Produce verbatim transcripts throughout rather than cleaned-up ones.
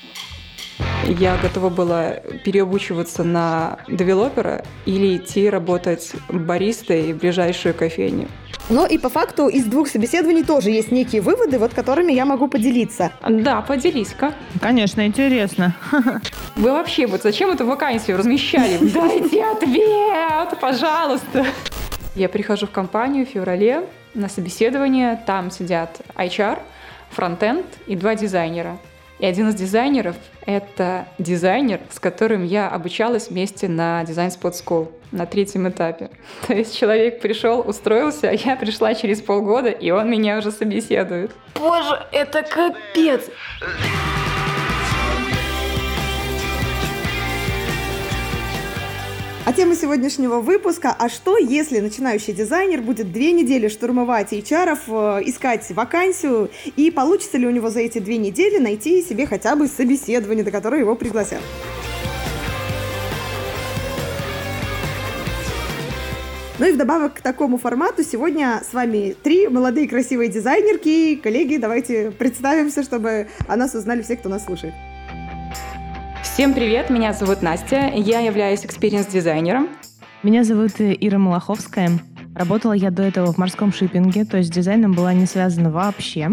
Я готова была переобучиваться на девелопера или идти работать баристой в ближайшую кофейню. Но и по факту из двух собеседований тоже есть некие выводы, вот которыми я могу поделиться. Да, поделись-ка. Конечно, интересно. Вы вообще вот зачем эту вакансию размещали? Дайте ответ, пожалуйста. Я прихожу в компанию в феврале на собеседование. Там сидят эйч ар, фронтенд и два дизайнера. И один из дизайнеров — это дизайнер, с которым я обучалась вместе на Design Spot School на третьем этапе. То есть человек пришел, устроился, а я пришла через полгода, и он меня уже собеседует. Боже, это капец! А тема сегодняшнего выпуска: а что, если начинающий дизайнер будет две недели штурмовать эйч ар-ов, искать вакансию, и получится ли у него за эти две недели найти себе хотя бы собеседование, до которого его пригласят? Ну и вдобавок к такому формату сегодня с вами три молодые красивые дизайнерки. Коллеги, давайте представимся, чтобы о нас узнали все, кто нас слушает. Всем привет, меня зовут Настя, я являюсь экспириенс-дизайнером. Меня зовут Ира Малаховская. Работала я до этого в морском шиппинге, то есть с дизайном была не связана вообще.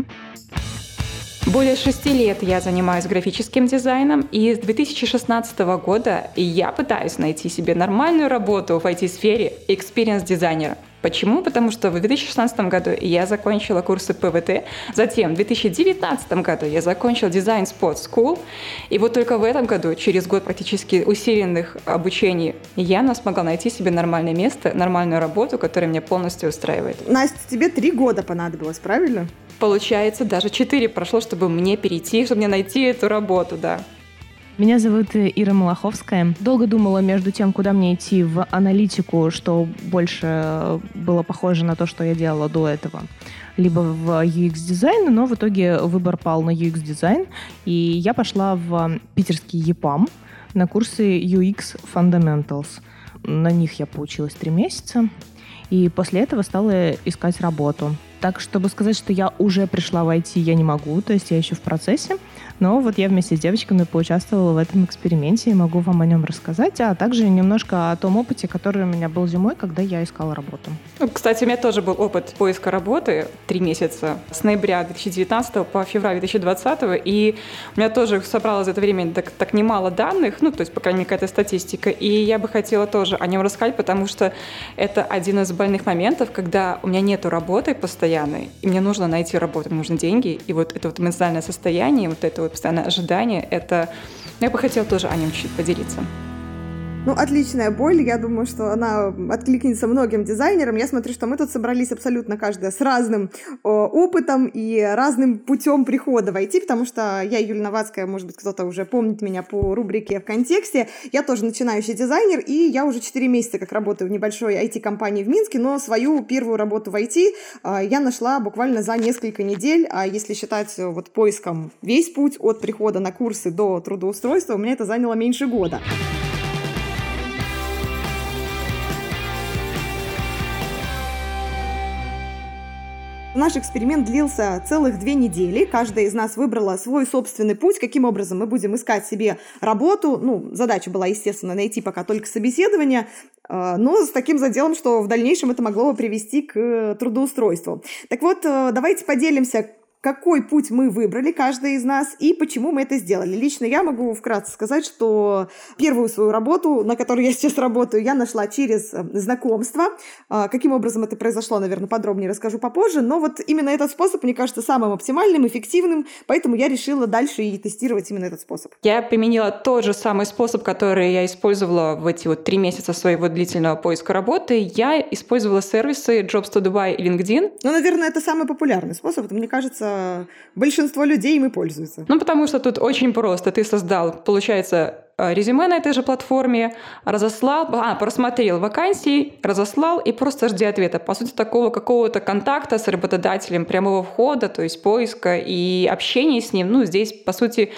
Более шести лет я занимаюсь графическим дизайном, и с две тысячи шестнадцатого года я пытаюсь найти себе нормальную работу в ай ти-сфере экспириенс-дизайнера. Почему? Потому что в две тысячи шестнадцатом году я закончила курсы пэ вэ тэ, затем в две тысячи девятнадцатом году я закончила Design Spot School, и вот только в этом году, через год практически усиленных обучений, я смогла найти себе нормальное место, нормальную работу, которая меня полностью устраивает. Настя, тебе три года понадобилось, правильно? Получается, даже четыре прошло, чтобы мне перейти, чтобы мне найти эту работу, да. Меня зовут Ира Малаховская. Долго думала между тем, куда мне идти: в аналитику, что больше было похоже на то, что я делала до этого, либо в ю экс-дизайн, но в итоге выбор пал на ю экс-дизайн, и я пошла в питерский ЕПАМ на курсы ю экс Fundamentals. На них я поучилась три месяца, и после этого стала искать работу. Так, чтобы сказать, что я уже пришла в ай ти, я не могу, то есть я еще в процессе. Но вот я вместе с девочками поучаствовала в этом эксперименте и могу вам о нем рассказать, а также немножко о том опыте, который у меня был зимой, когда я искала работу. Кстати, у меня тоже был опыт поиска работы три месяца, с ноября две тысячи девятнадцатого по февраль две тысячи двадцатого, и у меня тоже собралось за это время так, так немало данных, ну, то есть, по крайней мере, какая-то статистика, и я бы хотела тоже о нем рассказать, потому что это один из больных моментов, когда у меня нету работы постоянной, и мне нужно найти работу, мне нужны деньги, и вот это вот эмоциональное состояние, вот это вот постоянное ожидание, это... Я бы хотела тоже о нем чуть-чуть поделиться. Ну, отличная боль. Я думаю, что она откликнется многим дизайнерам. Я смотрю, что мы тут собрались абсолютно каждая с разным о, опытом и разным путем прихода в ай ти, потому что я, Юлия Новацкая, может быть, кто-то уже помнит меня по рубрике «В контексте». Я тоже начинающий дизайнер, и я уже четыре месяца как работаю в небольшой ай ти-компании в Минске, но свою первую работу в ай ти а, я нашла буквально за несколько недель, а если считать вот поиском весь путь от прихода на курсы до трудоустройства, у меня это заняло меньше года. Наш эксперимент длился целых две недели. Каждая из нас выбрала свой собственный путь, каким образом мы будем искать себе работу. Ну, задача была, естественно, найти пока только собеседование, но с таким заделом, что в дальнейшем это могло бы привести к трудоустройству. Так вот, давайте поделимся, какой путь мы выбрали, каждый из нас, и почему мы это сделали. Lично я могу вкратце сказать, что первую свою работу, на которой я сейчас работаю, я нашла через знакомство. Каким образом это произошло, наверное, подробнее расскажу попозже, но вот именно этот способ, мне кажется, самым оптимальным, эффективным, поэтому я решила дальше и тестировать именно этот способ. Я применила тот же самый способ, который я использовала в эти вот три месяца своего длительного поиска работы. Я использовала сервисы Jobs to Dubai и LinkedIn. Ну, наверное, это самый популярный способ, мне кажется, большинство людей им и пользуются. Ну, потому что тут очень просто. Ты создал, получается, резюме на этой же платформе, разослал, а, просмотрел вакансии, разослал и просто жди ответа. По сути, такого какого-то контакта с работодателем, прямого входа, то есть поиска и общения с ним, ну, здесь, по сути,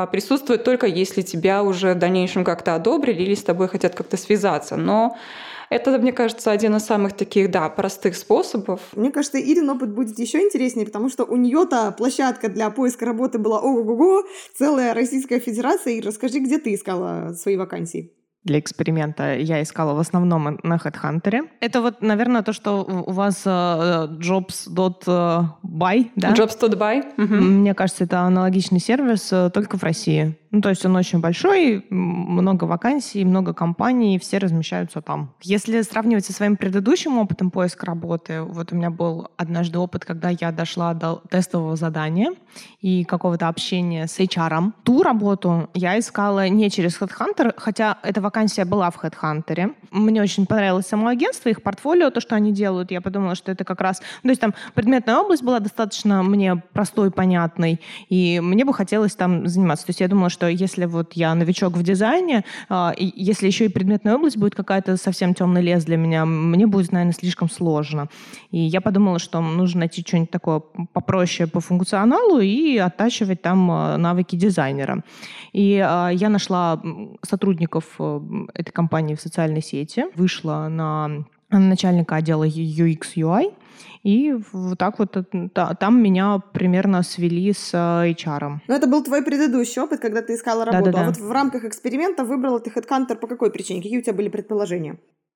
присутствует только если тебя уже в дальнейшем как-то одобрили или с тобой хотят как-то связаться. Но Это, мне кажется, один из самых таких, да, простых способов. Мне кажется, Ирин опыт будет еще интереснее, потому что у нее-то площадка для поиска работы была ого-го, целая Российская Федерация. И расскажи, где ты искала свои вакансии? Для эксперимента я искала в основном на HeadHunter. Это вот, наверное, то, что у вас uh, jobs dot by, да? jobs dot by. Угу. Мне кажется, это аналогичный сервис, только в России. Ну, то есть он очень большой, много вакансий, много компаний, все размещаются там. Если сравнивать со своим предыдущим опытом поиска работы, вот у меня был однажды опыт, когда я дошла до тестового задания и какого-то общения с эйч ар. Ту работу я искала не через HeadHunter, хотя эта вакансия была в HeadHunter. Мне очень понравилось само агентство, их портфолио, то, что они делают. Я подумала, что это как раз... Ну, то есть там предметная область была достаточно мне простой, понятной, и мне бы хотелось там заниматься. То есть я думала, что если вот я новичок в дизайне, и если еще и предметная область будет какая-то совсем темный лес для меня, мне будет, наверное, слишком сложно. И я подумала, что нужно найти что-нибудь такое попроще по функционалу и оттачивать там навыки дизайнера. И я нашла сотрудников этой компании в социальной сети, вышла на начальника отдела ю экс ю ай, и вот так вот там меня примерно свели с эйч ар. Ну, это был твой предыдущий опыт, когда ты искала работу. Да-да-да. А вот в рамках эксперимента выбрала ты HeadHunter по какой причине? Какие у тебя были предположения?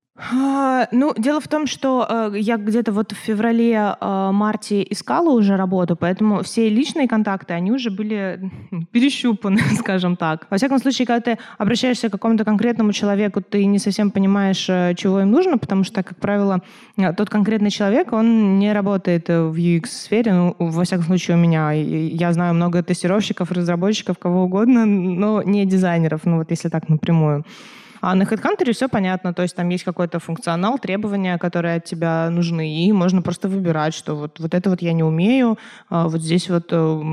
А, ну, дело в том, что э, я где-то вот в феврале-марте э, искала уже работу, поэтому все личные контакты, они уже были перещупаны, скажем так. Во всяком случае, когда ты обращаешься к какому-то конкретному человеку, ты не совсем понимаешь, чего им нужно, потому что, как правило, тот конкретный человек, он не работает в ю экс-сфере, ну, во всяком случае, у меня. Я знаю много тестировщиков, разработчиков, кого угодно, но не дизайнеров, ну вот если так напрямую. А на HeadHunter все понятно, то есть там есть какой-то функционал, требования, которые от тебя нужны, и можно просто выбирать, что вот, вот это вот я не умею, а вот здесь вот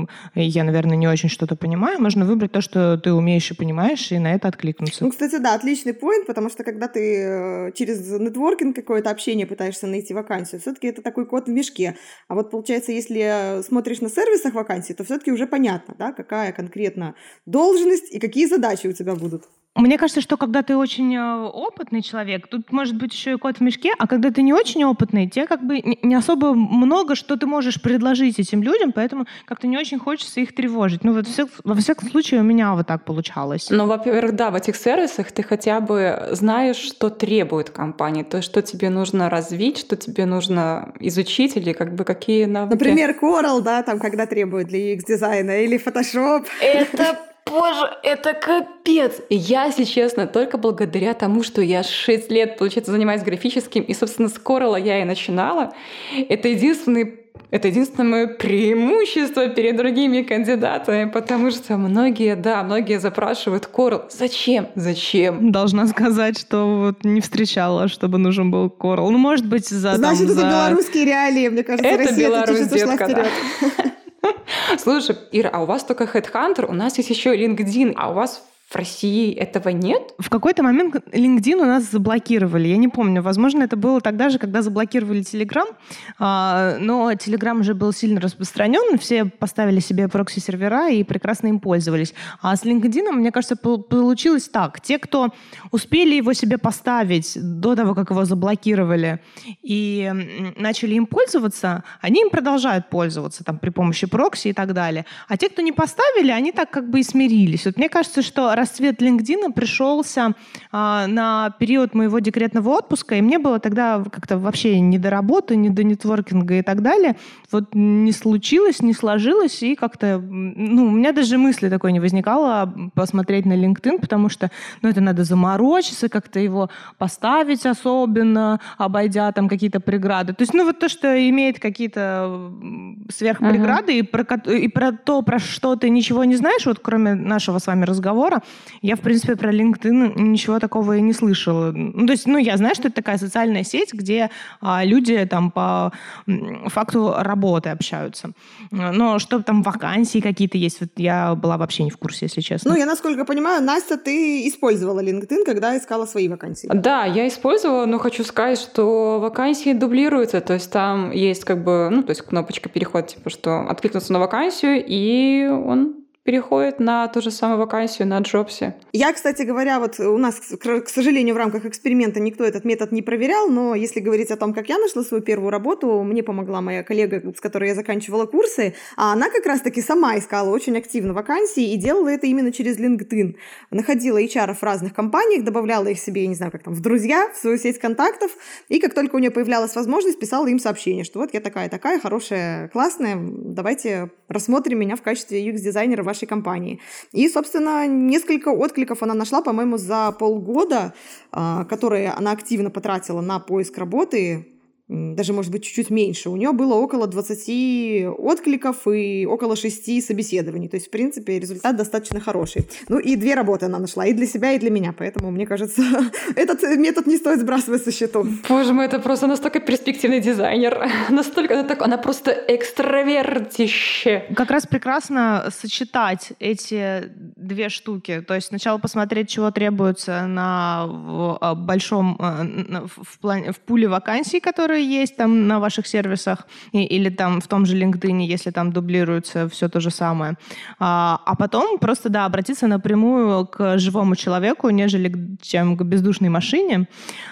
я, наверное, не очень что-то понимаю. Можно выбрать то, что ты умеешь и понимаешь, и на это откликнуться. Ну, кстати, да, отличный поинт, потому что когда ты через нетворкинг какое-то общение пытаешься найти вакансию, все-таки это такой кот в мешке. А вот получается, если смотришь на сервисах вакансий, то все-таки уже понятно, да, какая конкретно должность и какие задачи у тебя будут. Мне кажется, что когда ты очень опытный человек, тут может быть еще и кот в мешке, а когда ты не очень опытный, тебе как бы не особо много, что ты можешь предложить этим людям, поэтому как-то не очень хочется их тревожить. Ну вот во всяком случае у меня вот так получалось. Ну, во-первых, да, в этих сервисах ты хотя бы знаешь, что требует компания, то есть что тебе нужно развить, что тебе нужно изучить или как бы какие навыки. Например, Coral, да, там когда требует для ю экс-дизайна, или Photoshop. Это Боже, это капец! Я, если честно, только благодаря тому, что я шесть лет, получается, занимаюсь графическим, и, собственно, с Coral я и начинала, это единственный Это единственное мое преимущество перед другими кандидатами, потому что многие, да, многие запрашивают Coral. Зачем? Зачем? Должна сказать, что вот не встречала, чтобы нужен был Coral. Ну, может быть, за... Значит, там, это за... белорусские реалии, мне кажется, это Россия Беларусь, чуть-чуть ушла детка, вперед. Да. Слушай, Ира, а у вас только HeadHunter, у нас есть еще LinkedIn, а у вас в России этого нет? В какой-то момент LinkedIn у нас заблокировали. Я не помню, возможно, это было тогда же, когда заблокировали Telegram, но Telegram уже был сильно распространен, все поставили себе прокси-сервера и прекрасно им пользовались. А с LinkedIn, мне кажется, получилось так. Те, кто успели его себе поставить до того, как его заблокировали, и начали им пользоваться, они им продолжают пользоваться там, при помощи прокси и так далее. А те, кто не поставили, они так как бы и смирились. Вот мне кажется, что расцвет LinkedIn пришелся а, на период моего декретного отпуска, и мне было тогда как-то вообще не до работы, не до нетворкинга и так далее. Вот не случилось, не сложилось, и как-то, ну, у меня даже мысли такой не возникало посмотреть на LinkedIn, потому что, ну, это надо заморочиться, как-то его поставить особенно, обойдя там какие-то преграды. То есть, ну, вот то, что имеет какие-то сверхпреграды, uh-huh. и, про, и про то, про что ты ничего не знаешь, вот кроме нашего с вами разговора, я, в принципе, про LinkedIn ничего такого и не слышала. Ну, то есть, ну, я знаю, что это такая социальная сеть, где а, люди там по факту работы общаются. Но что там, вакансии какие-то есть, вот я была вообще не в курсе, если честно. Ну, я, насколько понимаю, Настя, ты использовала LinkedIn, когда искала свои вакансии. Да, я использовала, но хочу сказать, что вакансии дублируются, то есть там есть как бы, ну, то есть кнопочка переход, типа, что откликнуться на вакансию, и он переходит на ту же самую вакансию на Джобсе. Я, кстати говоря, вот у нас, к сожалению, в рамках эксперимента никто этот метод не проверял, но если говорить о том, как я нашла свою первую работу, мне помогла моя коллега, с которой я заканчивала курсы, а она как раз-таки сама искала очень активно вакансии и делала это именно через LinkedIn. Находила эйч ар в разных компаниях, добавляла их себе, я не знаю, как там, в друзья, в свою сеть контактов, и как только у нее появлялась возможность, писала им сообщение, что вот я такая-такая, хорошая, классная, давайте рассмотрим меня в качестве ю экс-дизайнера в вашей компании. И, собственно, несколько откликов она нашла, по-моему, за полгода, которые она активно потратила на поиск работы, даже, может быть, чуть-чуть меньше. У нее было около двадцати откликов и около шести собеседований. То есть, в принципе, результат достаточно хороший. Ну и две работы она нашла, и для себя, и для меня. Поэтому, мне кажется, этот метод не стоит сбрасывать со счету. Боже мой, это просто настолько перспективный дизайнер. Настолько она, так, она просто экстравертище. Как раз прекрасно сочетать эти две штуки. То есть сначала посмотреть, чего требуется на в большом в, плане, в пуле вакансий, которые есть там на ваших сервисах, и, или там в том же LinkedIn, если там дублируется все то же самое. А, а потом просто, да, обратиться напрямую к живому человеку, нежели чем к бездушной машине.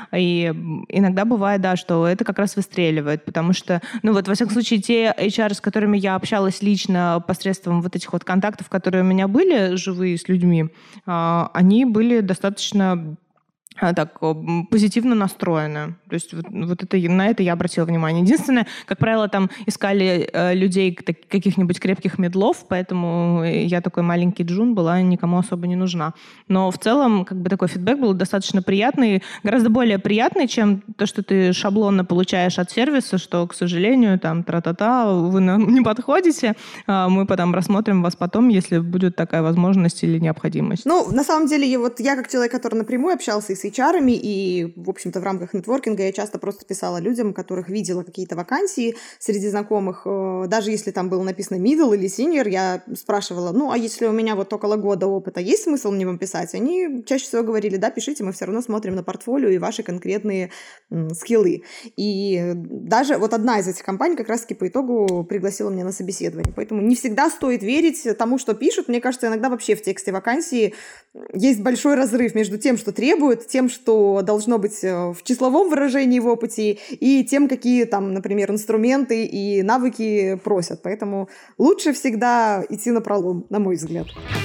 И иногда бывает, да, что это как раз выстреливает, потому что, ну вот, во всяком случае, те эйч ар, с которыми я общалась лично посредством вот этих вот контактов, которые у меня были, живые с людьми, а, они были достаточно так позитивно настроены. То есть вот, вот это, на это я обратила внимание. Единственное, как правило, там искали э, людей каких-нибудь крепких медлов, поэтому я такой маленький джун была никому особо не нужна. Но в целом как бы такой фидбэк был достаточно приятный, гораздо более приятный, чем то, что ты шаблонно получаешь от сервиса, что, к сожалению, там тра-та-та, вы нам не подходите, а мы потом рассмотрим вас потом, если будет такая возможность или необходимость. Ну, на самом деле, вот я как человек, который напрямую общался и с эйч ар-ами, и, в общем-то, в рамках нетворкинга я часто просто писала людям, которых видела какие-то вакансии среди знакомых. Даже если там было написано middle или senior, я спрашивала, ну, а если у меня вот около года опыта, есть смысл мне вам писать? Они чаще всего говорили, да, пишите, мы все равно смотрим на портфолио и ваши конкретные м, скиллы. И даже вот одна из этих компаний как раз-таки по итогу пригласила меня на собеседование. Поэтому не всегда стоит верить тому, что пишут. Мне кажется, иногда вообще в тексте вакансии есть большой разрыв между тем, что требуют, тем, что должно быть в числовом выражении в опыте, и тем, какие там, например, инструменты и навыки просят. Поэтому лучше всегда идти напролом, на мой взгляд.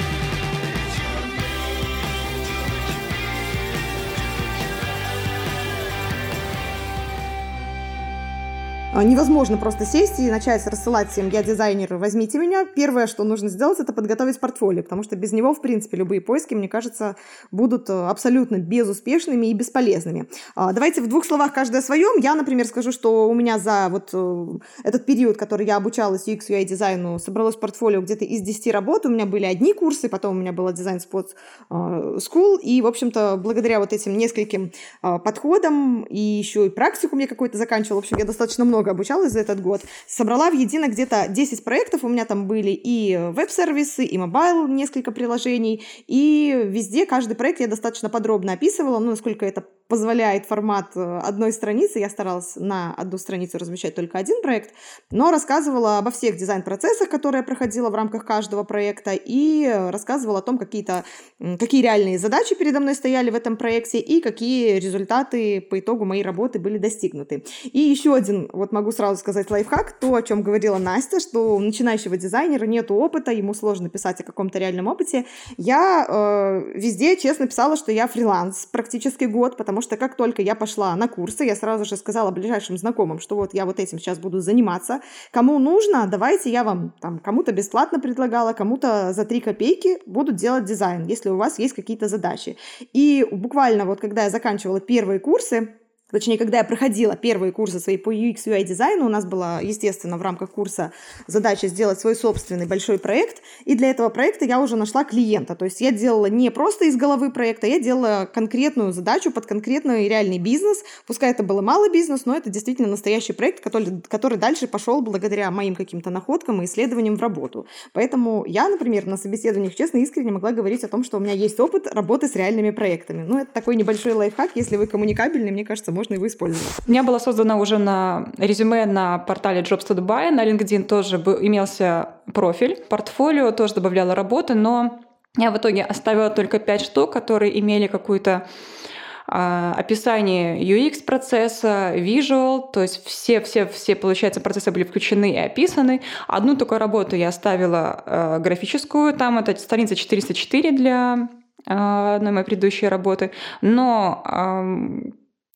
Невозможно просто сесть и начать рассылать всем: я дизайнер, возьмите меня. Первое, что нужно сделать, это подготовить портфолио, потому что без него, в принципе, любые поиски, мне кажется, будут абсолютно безуспешными и бесполезными. Давайте в двух словах каждый о своем. Я, например, скажу, что у меня за вот этот период, который я обучалась ю экс ю ай дизайну, собралось портфолио где-то из десяти работ. У меня были одни курсы, потом у меня была Design Sports School, и, в общем-то, благодаря вот этим нескольким подходам и еще и практикум я какой-то заканчивала, в общем, я достаточно много обучалась за этот год, собрала воедино где-то десять проектов, у меня там были и веб-сервисы, и мобайл, несколько приложений, и везде каждый проект я достаточно подробно описывала, ну, насколько это позволяет формат одной страницы, я старалась на одну страницу размещать только один проект, но рассказывала обо всех дизайн-процессах, которые я проходила в рамках каждого проекта, и рассказывала о том, какие-то, какие реальные задачи передо мной стояли в этом проекте, и какие результаты по итогу моей работы были достигнуты. И еще один, вот могу сразу сказать, лайфхак, то, о чем говорила Настя, что у начинающего дизайнера нет опыта, ему сложно писать о каком-то реальном опыте. Я э, везде честно писала, что я фриланс практически год, потому что как только я пошла на курсы, я сразу же сказала ближайшим знакомым, что вот я вот этим сейчас буду заниматься. Кому нужно, давайте я вам там кому-то бесплатно предлагала, кому-то за три копейки буду делать дизайн, если у вас есть какие-то задачи. И буквально вот когда я заканчивала первые курсы, Точнее, когда я проходила первые курсы свои по ю экс ю ай дизайну, у нас была, естественно, в рамках курса задача сделать свой собственный большой проект, и для этого проекта я уже нашла клиента. То есть я делала не просто из головы проекта, я делала конкретную задачу под конкретный реальный бизнес. Пускай это был малый бизнес, но это действительно настоящий проект, который, который дальше пошел благодаря моим каким-то находкам и исследованиям в работу. Поэтому я, например, на собеседованиях честно и искренне могла говорить о том, что у меня есть опыт работы с реальными проектами. Ну, это такой небольшой лайфхак. Если вы коммуникабельны, мне кажется, можно его использовать. У меня было создано уже на резюме на портале Jobs to Dubai, на LinkedIn тоже имелся профиль, портфолио тоже добавляла работы, но я в итоге оставила только пять штук, которые имели какую-то описание ю экс-процесса, visual, то есть все, все, все, получается, процессы были включены и описаны. Одну только работу я оставила э, графическую, там это страница четыреста четыре для э, одной моей предыдущей работы, но э,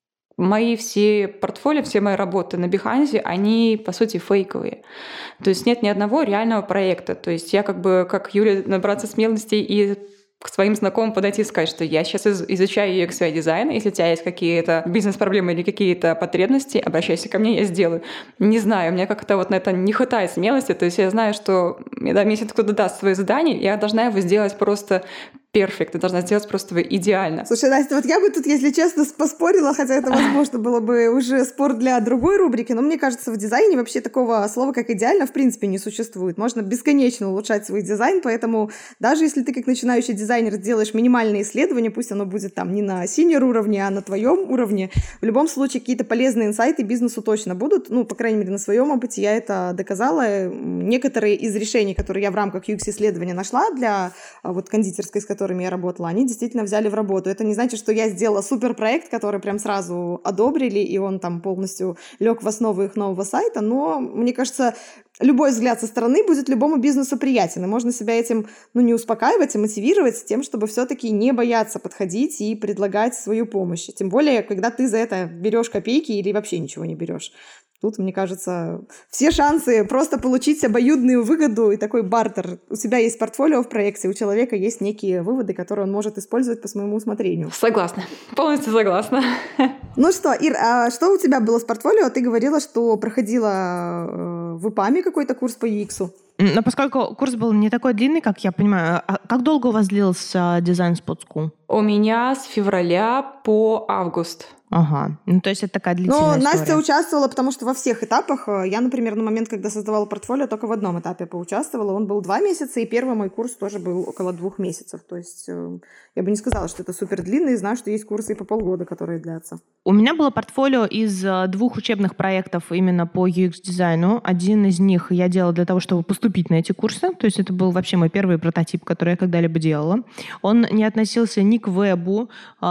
мои все портфолио, все мои работы на Behance, они, по сути, фейковые. То есть нет ни одного реального проекта. То есть я как бы, как Юля, набраться смелости и к своим знакомым подойти и сказать, что я сейчас изучаю ю экс ю ай-дизайн, если у тебя есть какие-то бизнес-проблемы или какие-то потребности, обращайся ко мне, я сделаю. Не знаю, мне как-то вот на это не хватает смелости, то есть я знаю, что если кто-то даст свое задание, я должна его сделать просто перфект, ты должна сделать просто идеально. Слушай, Настя, вот я бы тут, если честно, поспорила, хотя это, возможно, было бы уже спор для другой рубрики, но мне кажется, в дизайне вообще такого слова, как идеально, в принципе, не существует. Можно бесконечно улучшать свой дизайн, поэтому даже если ты как начинающий дизайнер сделаешь минимальное исследование, пусть оно будет там не на senior уровне, а на твоем уровне, в любом случае какие-то полезные инсайты бизнесу точно будут. Ну, по крайней мере, на своем опыте я это доказала. Некоторые из решений, которые я в рамках ю экс-исследования нашла для вот кондитерской, с которой которыми я работала, они действительно взяли в работу. Это не значит, что я сделала суперпроект, который прям сразу одобрили, и он там полностью лег в основу их нового сайта, но, мне кажется, любой взгляд со стороны будет любому бизнесу приятен, и можно себя этим, ну, не успокаивать, а мотивировать тем, чтобы все-таки не бояться подходить и предлагать свою помощь. Тем более, когда ты за это берешь копейки или вообще ничего не берешь. Тут, мне кажется, все шансы просто получить обоюдную выгоду и такой бартер. У тебя есть портфолио в проекте, у человека есть некие выводы, которые он может использовать по своему усмотрению. Согласна. Полностью согласна. Ну что, Ир, а что у тебя было с портфолио? Ты говорила, что проходила в ИПАМе какой-то курс по ю экс. Но поскольку курс был не такой длинный, как я понимаю, а как долго у вас длился дизайн Spot School? У меня с февраля по август. Ага, ну то есть это такая длительная Но история. Настя участвовала, потому что во всех этапах. Я, например, на момент, когда создавала портфолио, только в одном этапе поучаствовала. Он был два месяца, и первый мой курс тоже был около двух месяцев. То есть я бы не сказала, что это супер длинный. Знаю, что есть курсы и по полгода, которые длятся. У меня было портфолио из двух учебных проектов именно по ю экс-дизайну. Один из них я делала для того, чтобы поступить на эти курсы. То есть это был вообще мой первый прототип, который я когда-либо делала. Он не относился ни к вебу,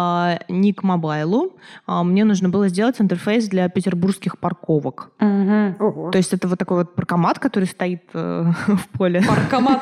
ни к мобайлу. Мне нужно было сделать интерфейс для петербургских парковок. Угу. То есть это вот такой вот паркомат, который стоит э, в поле. Паркомат.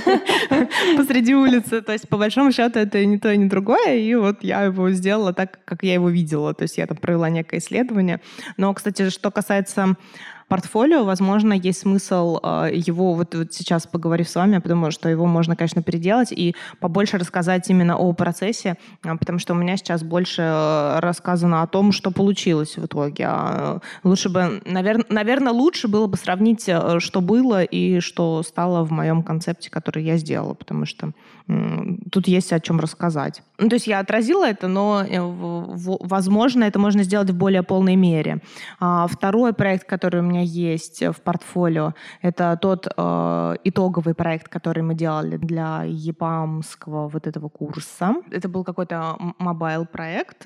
Посреди улицы. То есть по большому счету это ни то, ни другое. И вот я его сделала так, как я его видела. То есть я там провела некое исследование. Но, кстати, что касается портфолио, возможно, есть смысл э, его, вот, вот сейчас поговорив с вами, я подумала, что его можно, конечно, переделать и побольше рассказать именно о процессе, э, потому что у меня сейчас больше э, рассказано о том, что получилось в итоге. А, лучше бы, навер- наверное, лучше было бы сравнить, э, что было и что стало в моем концепте, который я сделала, потому что э, тут есть о чем рассказать. Ну, то есть я отразила это, но, э, в, в, возможно, это можно сделать в более полной мере. А, второй проект, который у меня есть в портфолио, это тот э, итоговый проект, который мы делали для епамского вот этого курса. Это был какой-то мобайл-проект.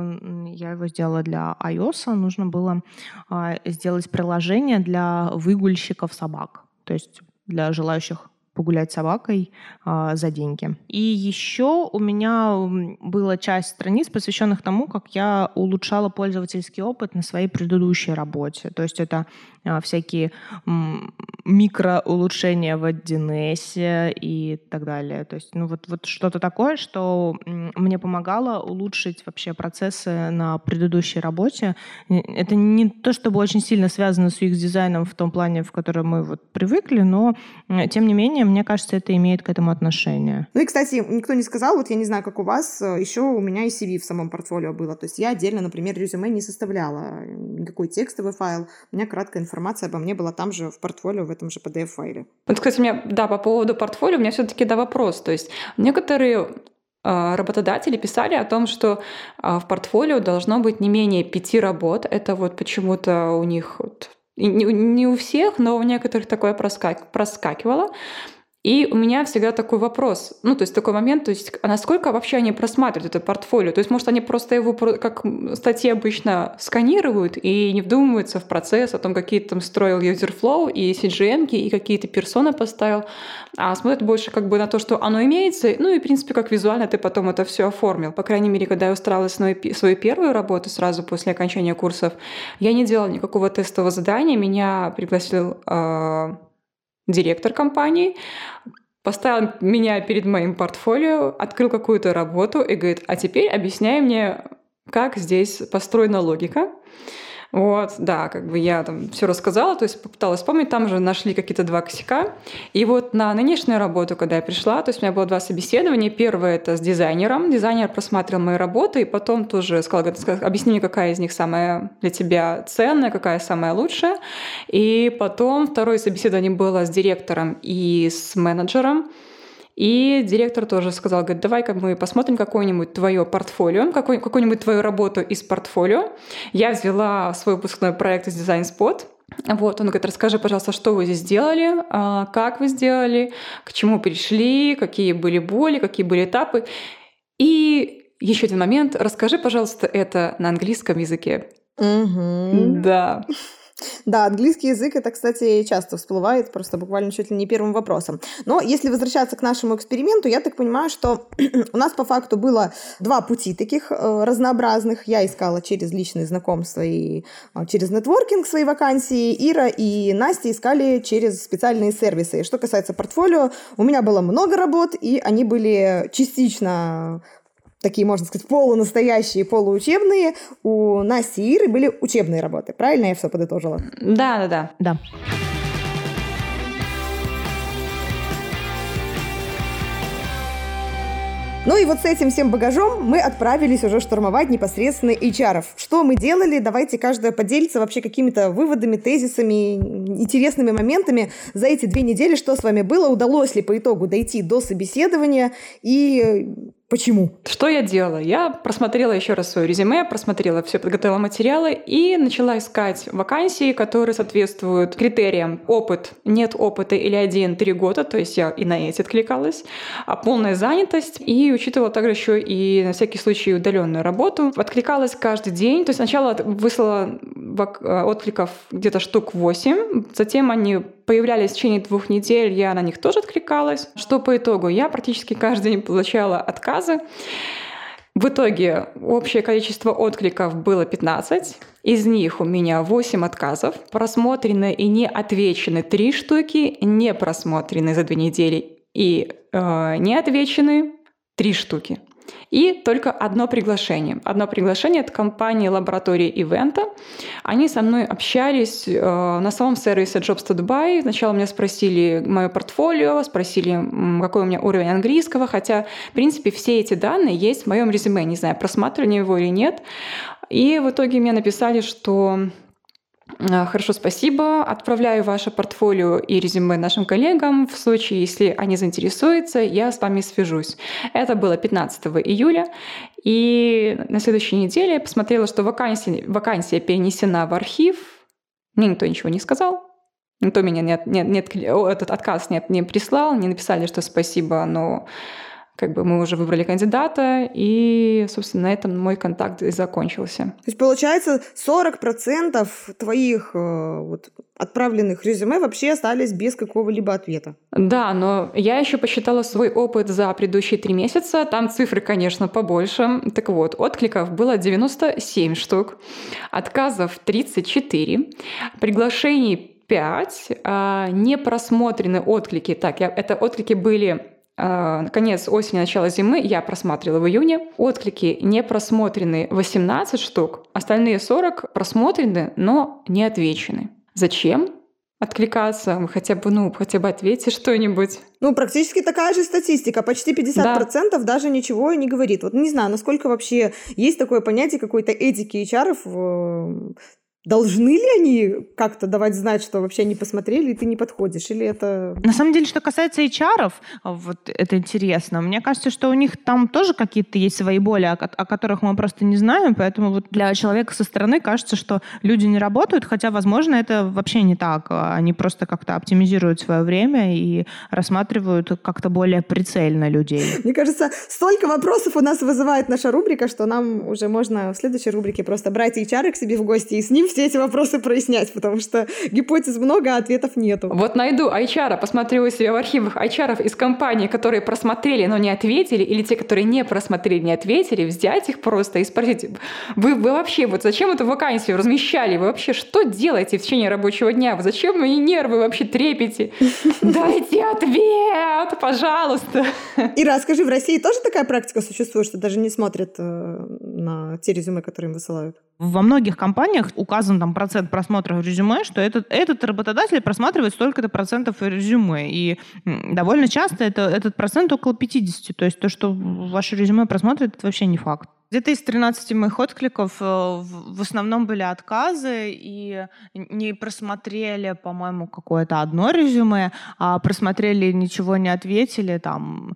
Я его сделала для iOS. Нужно было э, сделать приложение для выгульщиков собак, то есть для желающих погулять с собакой э, за деньги. И еще у меня была часть страниц, посвященных тому, как я улучшала пользовательский опыт на своей предыдущей работе. То есть это э, всякие м, микроулучшения в один эс и так далее. То есть ну, вот, вот что-то такое, что м, мне помогало улучшить вообще процессы на предыдущей работе. Это не то, чтобы очень сильно связано с ю экс-дизайном в том плане, в котором мы вот привыкли, но э, тем не менее, мне кажется, это имеет к этому отношение. Ну и, кстати, никто не сказал, вот я не знаю, как у вас, еще у меня и си ви в самом портфолио было. То есть я отдельно, например, резюме не составляла, никакой текстовый файл. У меня краткая информация обо мне была там же в портфолио, в этом же пи ди эф-файле. Вот, кстати, у меня, да, по поводу портфолио, у меня все-таки, да, вопрос. То есть некоторые работодатели писали о том, что в портфолио должно быть не менее пяти работ. Это вот почему-то у них... Вот, не, не у всех, но у некоторых такое проскак, проскакивало. И у меня всегда такой вопрос, ну, то есть такой момент, то есть а насколько вообще они просматривают это портфолио? То есть, может, они просто его, как статьи обычно, сканируют и не вдумываются в процесс, о том, какие ты там строил user-flow и си джи эн-ки, и какие ты персоны поставил, а смотрят больше как бы на то, что оно имеется, ну и, в принципе, как визуально ты потом это все оформил. По крайней мере, когда я устраивалась на свою первую работу сразу после окончания курсов, я не делала никакого тестового задания, меня пригласил э, директор компании, поставил меня перед моим портфолио, открыл какую-то работу и говорит, а теперь объясняй мне, как здесь построена логика. Вот, да, как бы я там все рассказала, то есть попыталась вспомнить, там же нашли какие-то два косяка. И вот на нынешнюю работу, когда я пришла, то есть у меня было два собеседования. Первое — это с дизайнером. Дизайнер просматривал мои работы и потом тоже сказал, объясни мне, какая из них самая для тебя ценная, какая самая лучшая. И потом второе собеседование было с директором и с менеджером. И директор тоже сказал, говорит, давай-ка мы посмотрим какое-нибудь твое портфолио, какой, какую-нибудь твою работу из портфолио. Я взяла свой выпускной проект из Design Spot. Вот, он говорит, расскажи, пожалуйста, что вы здесь сделали, как вы сделали, к чему пришли, какие были боли, какие были этапы. И еще один момент, расскажи, пожалуйста, это на английском языке. Угу. Да. Да, английский язык, это, кстати, часто всплывает, просто буквально чуть ли не первым вопросом. Но если возвращаться к нашему эксперименту, я так понимаю, что у нас по факту было два пути таких э, разнообразных. Я искала через личные знакомства и э, через нетворкинг свои вакансии. Ира и Настя искали через специальные сервисы. Что касается портфолио, у меня было много работ, и они были частично такие, можно сказать, полунастоящие, полуучебные. У Насти и Иры были учебные работы. Правильно я все подытожила? Да, да, да. Да. Ну и вот с этим всем багажом мы отправились уже штурмовать непосредственно эйч ар-ов. Что мы делали? Давайте каждая поделится вообще какими-то выводами, тезисами, интересными моментами за эти две недели, что с вами было, удалось ли по итогу дойти до собеседования и почему? Что я делала? Я просмотрела еще раз свое резюме, просмотрела все, подготовила материалы и начала искать вакансии, которые соответствуют критериям опыт, нет опыта или один-три года, то есть я и на эти откликалась, а полная занятость, и учитывала также еще и на всякий случай удаленную работу. Откликалась каждый день, то есть сначала выслала откликов где-то штук восемь, затем они появлялись в течение двух недель, я на них тоже откликалась. Что по итогу? Я практически каждый день получала отказы. В итоге общее количество откликов было пятнадцать. Из них у меня восемь отказов. Просмотрены и не отвечены три штуки, не просмотрены за две недели и э, не отвечены три штуки. И только одно приглашение. Одно приглашение от компании лаборатории ивента. Они со мной общались э, на самом сервисе Jobs to Dubai. Сначала меня спросили мое портфолио, спросили, какой у меня уровень английского, хотя, в принципе, все эти данные есть в моем резюме. Не знаю, просматривали его или нет. И в итоге мне написали, что хорошо, спасибо. Отправляю ваше портфолио и резюме нашим коллегам. В случае, если они заинтересуются, я с вами свяжусь. Это было пятнадцатого июля. И на следующей неделе я посмотрела, что вакансия, вакансия перенесена в архив. Мне никто ничего не сказал. Никто меня нет, нет, нет, этот отказ нет, не прислал, не написали, что спасибо, но как бы мы уже выбрали кандидата, и, собственно, на этом мой контакт и закончился. То есть, получается, сорок процентов твоих э, вот, отправленных резюме вообще остались без какого-либо ответа. Да, но я еще посчитала свой опыт за предыдущие три месяца. Там цифры, конечно, побольше. Так вот, откликов было девяносто семь штук, отказов тридцать четыре, приглашений пять, э, не просмотрены отклики. Так, я, это отклики были конец осени, начало зимы, я просматривала в июне. Отклики не просмотрены восемнадцать штук, остальные сорок просмотрены, но не отвечены. Зачем откликаться? Вы хотя бы, ну, хотя бы ответьте что-нибудь. Ну, практически такая же статистика. Почти пятьдесят процентов да. даже ничего не говорит. Вот не знаю, насколько вообще есть такое понятие какой-то этики эйч ар-ов. Должны ли они как-то давать знать, что вообще не посмотрели, и ты не подходишь? Или это... На самом деле, что касается эйч ар, вот это интересно. Мне кажется, что у них там тоже какие-то есть свои боли, о, о которых мы просто не знаем, поэтому вот для человека со стороны кажется, что люди не работают, хотя, возможно, это вообще не так. Они просто как-то оптимизируют свое время и рассматривают как-то более прицельно людей. Мне кажется, столько вопросов у нас вызывает наша рубрика, что нам уже можно в следующей рубрике просто брать эйч ар к себе в гости и с ним все эти вопросы прояснять, потому что гипотез много, а ответов нету. Вот найду эйч ар, посмотрю у себя в архивах эйч ар из компаний, которые просмотрели, но не ответили, или те, которые не просмотрели, не ответили, взять их просто и спросить, вы, вы вообще, вот зачем эту вакансию размещали? Вы вообще что делаете в течение рабочего дня? Вы зачем мои нервы вообще трепете? Дайте ответ, пожалуйста. Ира, скажи, в России тоже такая практика существует, что даже не смотрят на те резюме, которые им высылают? Во многих компаниях указан там процент просмотров резюме, что этот, этот работодатель просматривает столько-то процентов резюме. И довольно часто это, этот процент около пятьдесят. То есть то, что ваше резюме просмотрит, это вообще не факт. Где-то из тринадцати моих откликов в основном были отказы, и не просмотрели, по-моему, какое-то одно резюме, а просмотрели, ничего не ответили, там,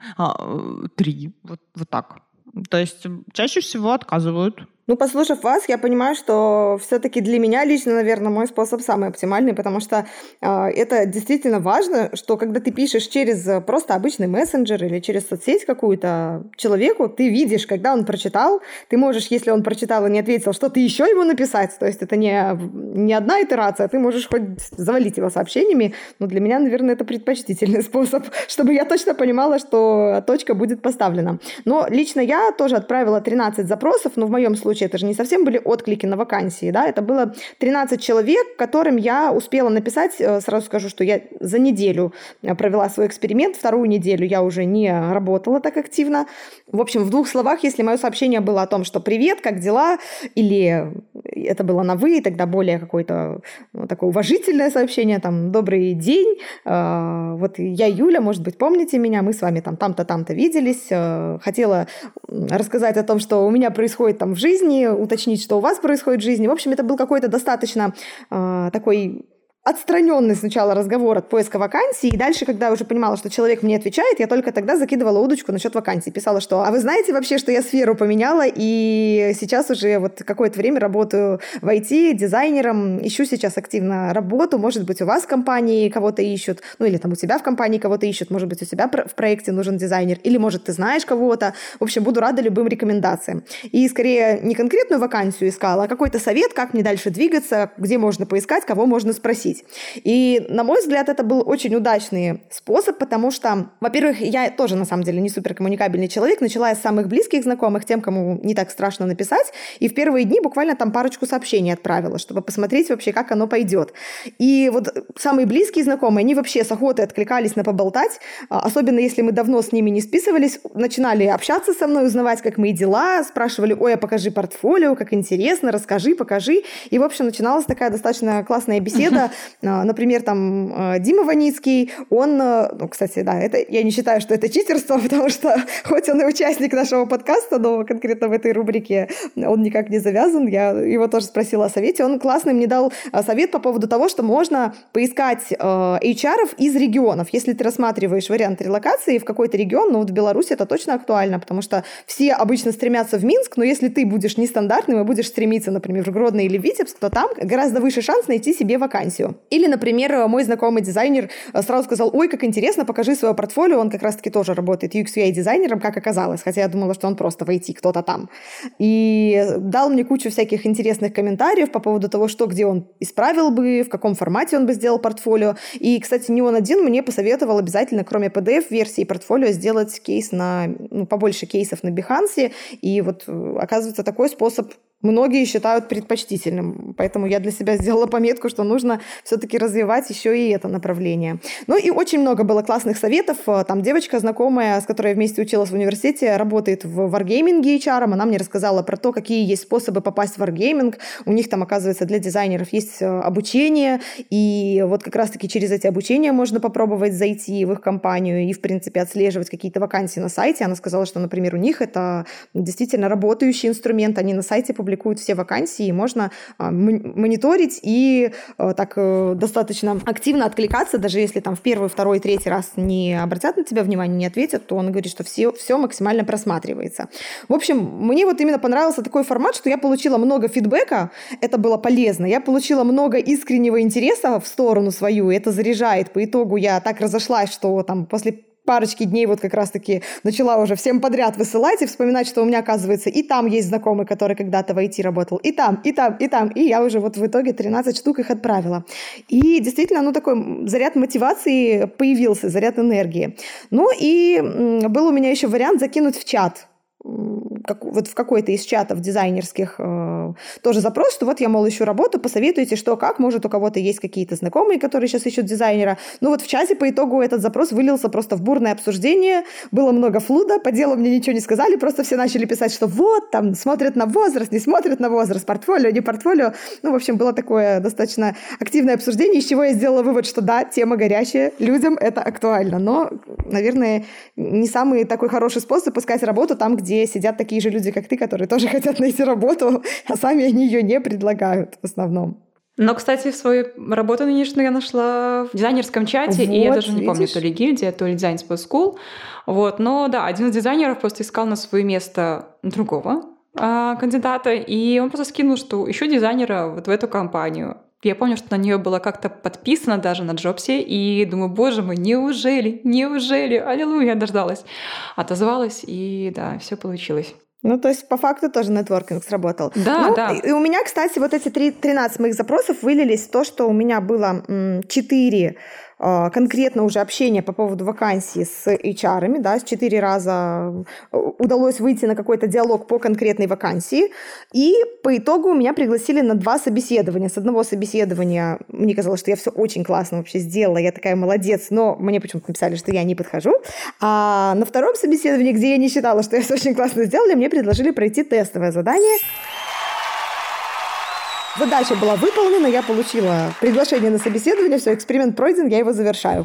три. Вот, вот так. То есть чаще всего отказывают. Ну, послушав вас, я понимаю, что все-таки для меня лично, наверное, мой способ самый оптимальный, потому что э, это действительно важно, что когда ты пишешь через просто обычный мессенджер или через соцсеть какую-то человеку, ты видишь, когда он прочитал, ты можешь, если он прочитал и не ответил, что-то еще ему написать, то есть это не, не одна итерация, ты можешь хоть завалить его сообщениями, но для меня, наверное, это предпочтительный способ, чтобы я точно понимала, что точка будет поставлена. Но лично я тоже отправила тринадцать запросов, но в моем случае это же не совсем были отклики на вакансии, да, это было тринадцать человек, которым я успела написать, сразу скажу, что я за неделю провела свой эксперимент, вторую неделю я уже не работала так активно. В общем, в двух словах, если мое сообщение было о том, что «привет, как дела?», или это было на «вы», тогда более какое-то ну, такое уважительное сообщение, там «добрый день, э, вот я Юля, может быть, помните меня, мы с вами там там-то, там-то виделись, э, хотела рассказать о том, что у меня происходит там в жизни, уточнить, что у вас происходит в жизни». В общем, это был какой-то достаточно э, такой отстраненный сначала разговор от поиска вакансий, и дальше, когда я уже понимала, что человек мне отвечает, я только тогда закидывала удочку насчет вакансий. Писала, что «а вы знаете вообще, что я сферу поменяла, и сейчас уже вот какое-то время работаю в ай ти дизайнером, ищу сейчас активно работу, может быть, у вас в компании кого-то ищут, ну или там у тебя в компании кого-то ищут, может быть, у тебя в проекте нужен дизайнер, или, может, ты знаешь кого-то». В общем, буду рада любым рекомендациям. И скорее не конкретную вакансию искала, а какой-то совет, как мне дальше двигаться, где можно поискать, кого можно спросить. И, на мой взгляд, это был очень удачный способ, потому что, во-первых, я тоже, на самом деле, не суперкоммуникабельный человек, начала я с самых близких знакомых, тем, кому не так страшно написать, и в первые дни буквально там парочку сообщений отправила, чтобы посмотреть вообще, как оно пойдет. И вот самые близкие знакомые, они вообще с охотой откликались на поболтать, особенно если мы давно с ними не списывались, начинали общаться со мной, узнавать, как мои дела, спрашивали: «Ой, а покажи портфолио, как интересно, расскажи, покажи». И, в общем, начиналась такая достаточно классная беседа. Например, там Дима Ваницкий, он, ну, кстати, да, это, я не считаю, что это читерство, потому что хоть он и участник нашего подкаста, но конкретно в этой рубрике он никак не завязан, я его тоже спросила о совете, он классный мне дал совет по поводу того, что можно поискать эйч ар-ов из регионов. Если ты рассматриваешь вариант релокации в какой-то регион, ну вот в Беларуси это точно актуально, потому что все обычно стремятся в Минск, но если ты будешь нестандартным и будешь стремиться, например, в Гродно или Витебск, то там гораздо выше шанс найти себе вакансию. Или, например, мой знакомый дизайнер сразу сказал: «Ой, как интересно, покажи свое портфолио». Он как раз-таки тоже работает ю экс ю ай-дизайнером, как оказалось, хотя я думала, что он просто в ай ти, кто-то там. И дал мне кучу всяких интересных комментариев по поводу того, что где он исправил бы, в каком формате он бы сделал портфолио. И, кстати, не он один мне посоветовал обязательно, кроме пи ди эф-версии портфолио, сделать кейс на, ну, побольше кейсов на Behance. И вот, оказывается, такой способ многие считают предпочтительным. Поэтому я для себя сделала пометку, что нужно все-таки развивать еще и это направление. Ну и очень много было классных советов. Там девочка знакомая, с которой я вместе училась в университете, работает в варгейминге эйч ар. Она мне рассказала про то, какие есть способы попасть в варгейминг. У них там, оказывается, для дизайнеров есть обучение. И вот как раз-таки через эти обучения можно попробовать зайти в их компанию и, в принципе, отслеживать какие-то вакансии на сайте. Она сказала, что, например, у них это действительно работающий инструмент. Они на сайте публикуют публикуют все вакансии, и можно мониторить и так достаточно активно откликаться, даже если там в первый, второй, третий раз не обратят на тебя внимание, не ответят, то он говорит, что все, все максимально просматривается. В общем, мне вот именно понравился такой формат, что я получила много фидбэка, это было полезно, я получила много искреннего интереса в сторону свою, и это заряжает. По итогу я так разошлась, что там после парочки дней вот как раз-таки начала уже всем подряд высылать и вспоминать, что у меня, оказывается, и там есть знакомый, который когда-то в ай ти работал, и там, и там, и там, и я уже вот в итоге тринадцать штук их отправила. И действительно, ну, такой заряд мотивации появился, заряд энергии. Ну, и был у меня еще вариант закинуть в чат, как, вот в какой-то из чатов дизайнерских э, тоже запрос, что вот я, мол, ищу работу, посоветуйте, что, как, может, у кого-то есть какие-то знакомые, которые сейчас ищут дизайнера. Ну вот в чате по итогу этот запрос вылился просто в бурное обсуждение, было много флуда, по делу мне ничего не сказали, просто все начали писать, что вот, там, смотрят на возраст, не смотрят на возраст, портфолио, не портфолио. Ну, в общем, было такое достаточно активное обсуждение, из чего я сделала вывод, что да, тема горячая, людям это актуально, но, наверное, не самый такой хороший способ искать работу там, где где сидят такие же люди, как ты, которые тоже хотят найти работу, а сами они ее не предлагают в основном. Но, кстати, свою работу нынешнюю я нашла в дизайнерском чате, вот, и я даже не видишь? помню, то ли гильдия, то ли Design School. Вот. Но да, один из дизайнеров просто искал на свое место другого а, кандидата, и он просто скинул, что ищу дизайнера вот в эту компанию. Я помню, что на нее было как-то подписано даже на Джобсе, и думаю, боже мой, неужели, неужели, аллилуйя, я дождалась. Отозвалась, и да, все получилось. Ну, то есть, по факту тоже нетворкинг сработал. Да, ну, да. И у меня, кстати, вот эти тринадцать моих запросов вылились в то, что у меня было четыре конкретно уже общение по поводу вакансий с эйч ар-ами, да, с четыре раза удалось выйти на какой-то диалог по конкретной вакансии, и по итогу меня пригласили на два собеседования. С одного собеседования мне казалось, что я все очень классно вообще сделала, я такая молодец, но мне почему-то написали, что я не подхожу. А на втором собеседовании, где я не считала, что я все очень классно сделала, мне предложили пройти тестовое задание. Задача была выполнена, я получила приглашение на собеседование, все, эксперимент пройден, я его завершаю.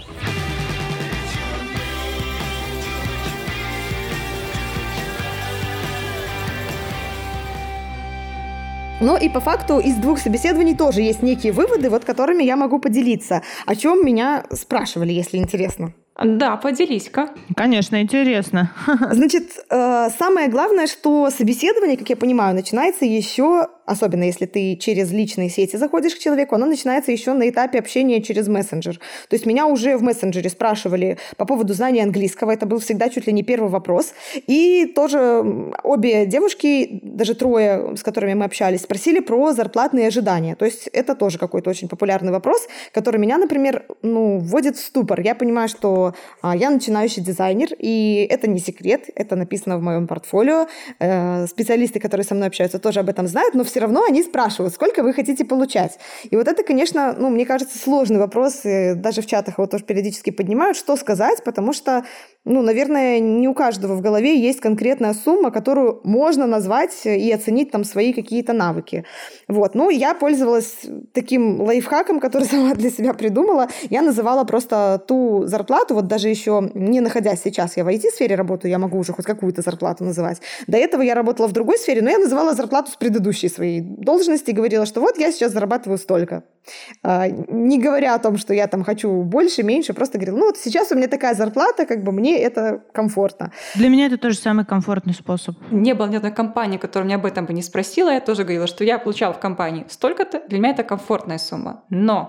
Ну и по факту из двух собеседований тоже есть некие выводы, вот которыми я могу поделиться. О чем меня спрашивали, если интересно. Да, поделись-ка. Конечно, интересно. Значит, самое главное, что собеседование, как я понимаю, начинается еще, особенно если ты через личные сети заходишь к человеку, оно начинается еще на этапе общения через мессенджер. То есть меня уже в мессенджере спрашивали по поводу знания английского, это был всегда чуть ли не первый вопрос. И тоже обе девушки, даже трое, с которыми мы общались, спросили про зарплатные ожидания. То есть это тоже какой-то очень популярный вопрос, который меня, например, ну, вводит в ступор. Я понимаю, что я начинающий дизайнер, и это не секрет, это написано в моем портфолио. Специалисты, которые со мной общаются, тоже об этом знают, но все равно они спрашивают, сколько вы хотите получать. И вот это, конечно, ну, мне кажется, сложный вопрос, и даже в чатах его тоже периодически поднимают, что сказать, потому что, ну, наверное, не у каждого в голове есть конкретная сумма, которую можно назвать и оценить там свои какие-то навыки. Вот. Ну, я пользовалась таким лайфхаком, который сама для себя придумала. Я называла просто ту зарплату, вот даже еще не находясь сейчас, я в ай ти-сфере работаю, я могу уже хоть какую-то зарплату называть. До этого я работала в другой сфере, но я называла зарплату с предыдущей своей должности и говорила, что вот я сейчас зарабатываю столько. Не говоря о том, что я там хочу больше, меньше, просто говорила, ну вот сейчас у меня такая зарплата, как бы мне это комфортно. Для меня это тоже самый комфортный способ. Не было ни одной компании, которая меня об этом бы не спросила. Я тоже говорила, что я получала в компании столько-то. Для меня это комфортная сумма. Но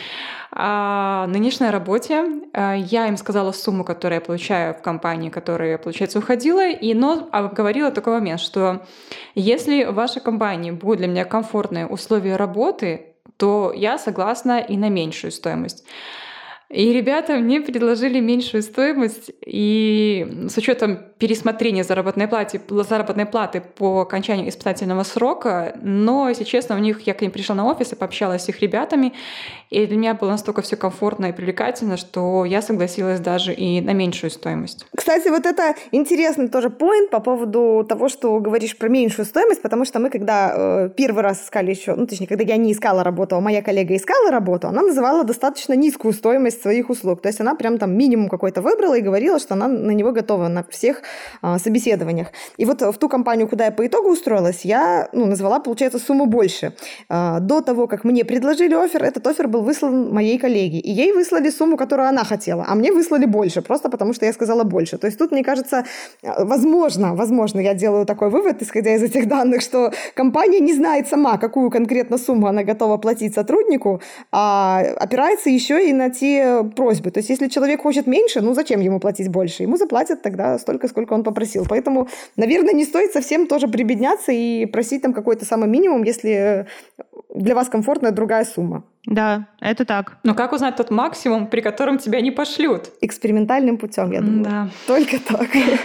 а, на нынешней работе а, я им сказала сумму, которую я получаю в компании, которая, получается, уходила, и, но говорила такой момент, что если в вашей компании будут для меня комфортные условия работы, то я согласна и на меньшую стоимость. И ребята мне предложили меньшую стоимость, и с учетом пересмотрения заработной платы, заработной платы по окончанию испытательного срока, но, если честно, у них, я к ним пришла на офис и пообщалась с их ребятами, и для меня было настолько все комфортно и привлекательно, что я согласилась даже и на меньшую стоимость. Кстати, вот это интересный тоже поинт по поводу того, что говоришь про меньшую стоимость, потому что мы, когда э, первый раз искали еще, ну, точнее, когда я не искала работу, а моя коллега искала работу, она называла достаточно низкую стоимость своих услуг. То есть она прям там минимум какой-то выбрала и говорила, что она на него готова, на всех а, собеседованиях. И вот в ту компанию, куда я по итогу устроилась, я ну, назвала, получается, сумму больше. А, до того, как мне предложили оффер, этот оффер был выслан моей коллеге. И ей выслали сумму, которую она хотела, а мне выслали больше, просто потому что я сказала больше. То есть тут, мне кажется, возможно, возможно, я делаю такой вывод, исходя из этих данных, что компания не знает сама, какую конкретно сумму она готова платить сотруднику, а опирается еще и на те просьбы. То есть если человек хочет меньше, ну зачем ему платить больше? Ему заплатят тогда столько, сколько он попросил. Поэтому, наверное, не стоит совсем тоже прибедняться и просить там какой-то самый минимум, если для вас комфортная другая сумма. Да, это так. Но как узнать тот максимум, при котором тебя не пошлют? Экспериментальным путем, я думаю. Да. Только так.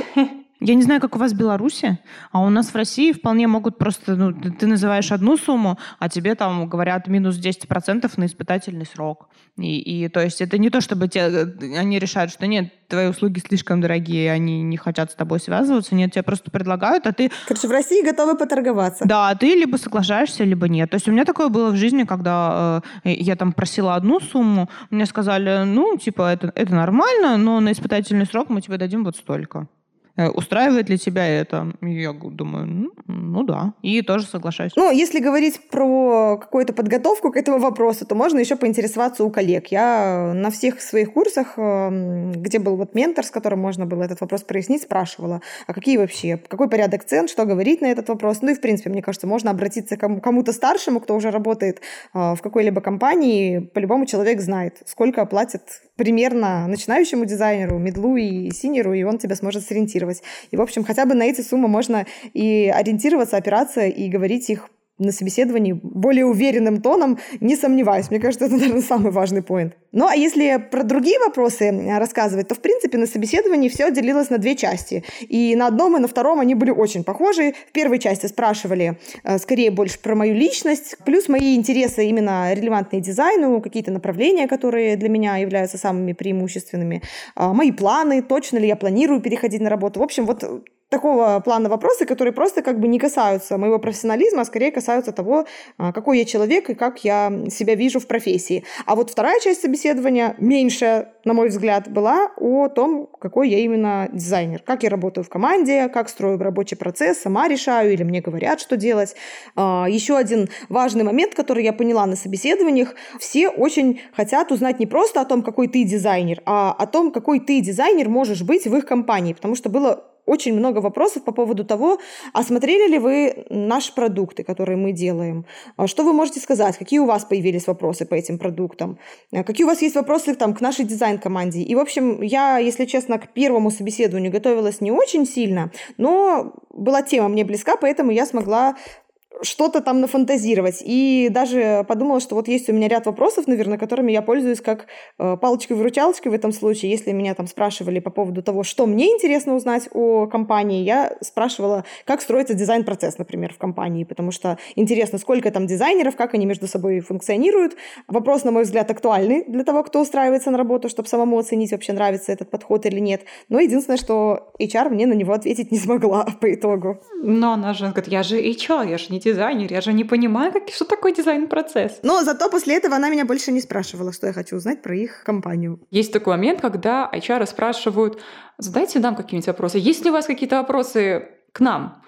Я не знаю, как у вас в Беларуси, а у нас в России вполне могут просто... Ну, ты называешь одну сумму, а тебе там говорят минус десять процентов на испытательный срок. И, и то есть это не то, чтобы те, они решают, что нет, твои услуги слишком дорогие, они не хотят с тобой связываться. Нет, тебе просто предлагают, а ты... Короче, в России готовы поторговаться. Да, ты либо соглашаешься, либо нет. То есть у меня такое было в жизни, когда э, я там просила одну сумму, мне сказали, ну, типа, это, это нормально, но на испытательный срок мы тебе дадим вот столько. Устраивает ли тебя это? Я думаю, ну, ну да. И тоже соглашаюсь. Ну, если говорить про какую-то подготовку к этому вопросу, то можно еще поинтересоваться у коллег. Я на всех своих курсах, где был вот ментор, с которым можно было этот вопрос прояснить, спрашивала, а какие вообще, какой порядок цен, что говорить на этот вопрос. Ну и, в принципе, мне кажется, можно обратиться к кому-то старшему, кто уже работает в какой-либо компании. По-любому человек знает, сколько платят примерно начинающему дизайнеру, мидлу и синеру, и он тебя сможет сориентировать. И, в общем, хотя бы на эти суммы можно и ориентироваться, опираться и говорить их на собеседовании более уверенным тоном, не сомневаюсь. Мне кажется, это, наверное, самый важный поинт. Ну, а если про другие вопросы рассказывать, то, в принципе, на собеседовании все делилось на две части. И на одном, и на втором они были очень похожи. В первой части спрашивали скорее больше про мою личность, плюс мои интересы именно релевантные дизайну, какие-то направления, которые для меня являются самыми преимущественными, мои планы, точно ли я планирую переходить на работу. В общем, вот такого плана вопросы, которые просто как бы не касаются моего профессионализма, а скорее касаются того, какой я человек и как я себя вижу в профессии. А вот вторая часть собеседования, меньше, на мой взгляд, была о том, какой я именно дизайнер, как я работаю в команде, как строю рабочий процесс, сама решаю или мне говорят, что делать. Еще один важный момент, который я поняла на собеседованиях, все очень хотят узнать не просто о том, какой ты дизайнер, а о том, какой ты дизайнер можешь быть в их компании, потому что было очень много вопросов по поводу того, а смотрели ли вы наши продукты, которые мы делаем? Что вы можете сказать? Какие у вас появились вопросы по этим продуктам? Какие у вас есть вопросы там, к нашей дизайн-команде? И, в общем, я, если честно, к первому собеседованию готовилась не очень сильно, но была тема мне близка, поэтому я смогла что-то там нафантазировать. И даже подумала, что вот есть у меня ряд вопросов, наверное, которыми я пользуюсь как э, палочкой-выручалочкой в этом случае. Если меня там спрашивали по поводу того, что мне интересно узнать о компании, я спрашивала, как строится дизайн-процесс, например, в компании, потому что интересно, сколько там дизайнеров, как они между собой функционируют. Вопрос, на мой взгляд, актуальный для того, кто устраивается на работу, чтобы самому оценить, вообще нравится этот подход или нет. Но единственное, что эйч ар мне на него ответить не смогла по итогу. Но она же говорит, я же эйч ар, я же не дизайнер, я же не понимаю, как, что такое дизайн-процесс. Но зато после этого она меня больше не спрашивала, что я хочу узнать про их компанию. Есть такой момент, когда эйч ар спрашивают, задайте нам какие-нибудь вопросы. Есть ли у вас какие-то вопросы к нам?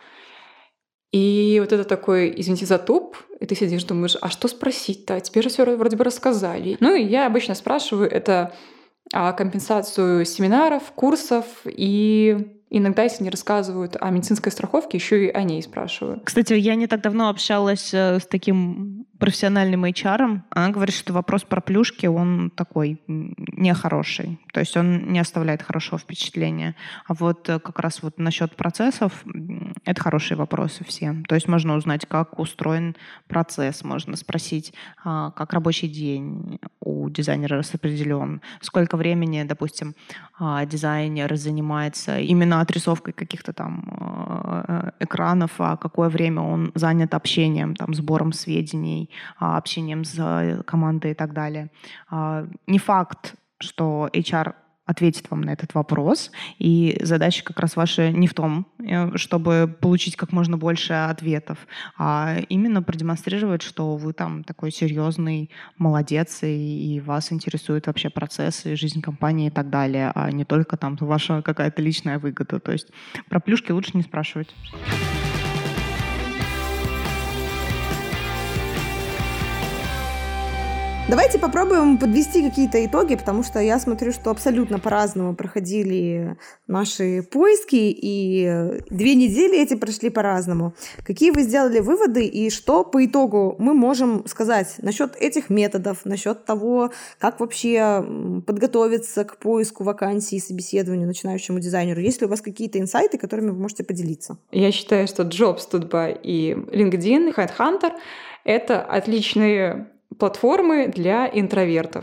И вот это такой, извините за туп, и ты сидишь, думаешь, а что спросить-то? Тебе же все вроде бы рассказали. Ну и я обычно спрашиваю это а, компенсацию семинаров, курсов и... Иногда, если не рассказывают о медицинской страховке, еще и о ней спрашиваю. Кстати, я не так давно общалась с таким профессиональным эйч ар. Она говорит, что вопрос про плюшки, он такой нехороший. То есть он не оставляет хорошего впечатления. А вот как раз вот насчет процессов, это хорошие вопросы все. То есть можно узнать, как устроен процесс, можно спросить, как рабочий день у дизайнера распределен, сколько времени, допустим, дизайнер занимается именно отрисовкой каких-то там экранов, а какое время он занят общением, там, сбором сведений, общением с командой и так далее. Не факт, что эйч ар ответит вам на этот вопрос. И задача как раз ваша не в том, чтобы получить как можно больше ответов, а именно продемонстрировать, что вы там такой серьезный молодец, и, и вас интересует вообще процессы, жизнь компании и так далее, а не только там ваша какая-то личная выгода. То есть про плюшки лучше не спрашивать. Давайте попробуем подвести какие-то итоги, потому что я смотрю, что абсолютно по-разному проходили наши поиски, и две недели эти прошли по-разному. Какие вы сделали выводы, и что по итогу мы можем сказать насчет этих методов, насчет того, как вообще подготовиться к поиску вакансий и собеседованию начинающему дизайнеру? Есть ли у вас какие-то инсайты, которыми вы можете поделиться? Я считаю, что Jobs, Studby и LinkedIn, HeadHunter — это отличные платформы для интровертов.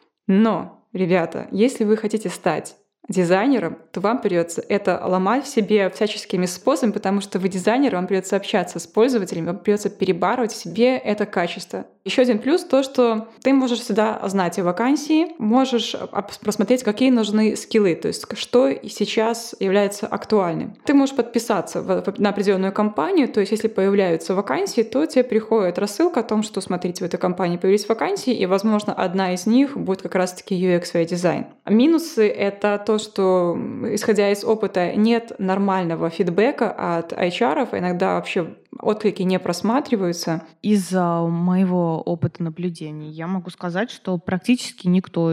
Но, ребята, если вы хотите стать дизайнером, то вам придется это ломать в себе всяческими способами, потому что вы дизайнер, вам придется общаться с пользователями, вам придется перебарывать в себе это качество. Еще один плюс — то, что ты можешь всегда знать о вакансии, можешь просмотреть, какие нужны скиллы, то есть что сейчас является актуальным. Ты можешь подписаться на определенную компанию, то есть если появляются вакансии, то тебе приходит рассылка о том, что, смотрите, в этой компании появились вакансии, и, возможно, одна из них будет как раз-таки ю экс и дизайн. Минусы — это то, что, исходя из опыта, нет нормального фидбэка от эйч ар-ов, иногда вообще отклики не просматриваются. Из-за моего опыта наблюдений я могу сказать, что практически никто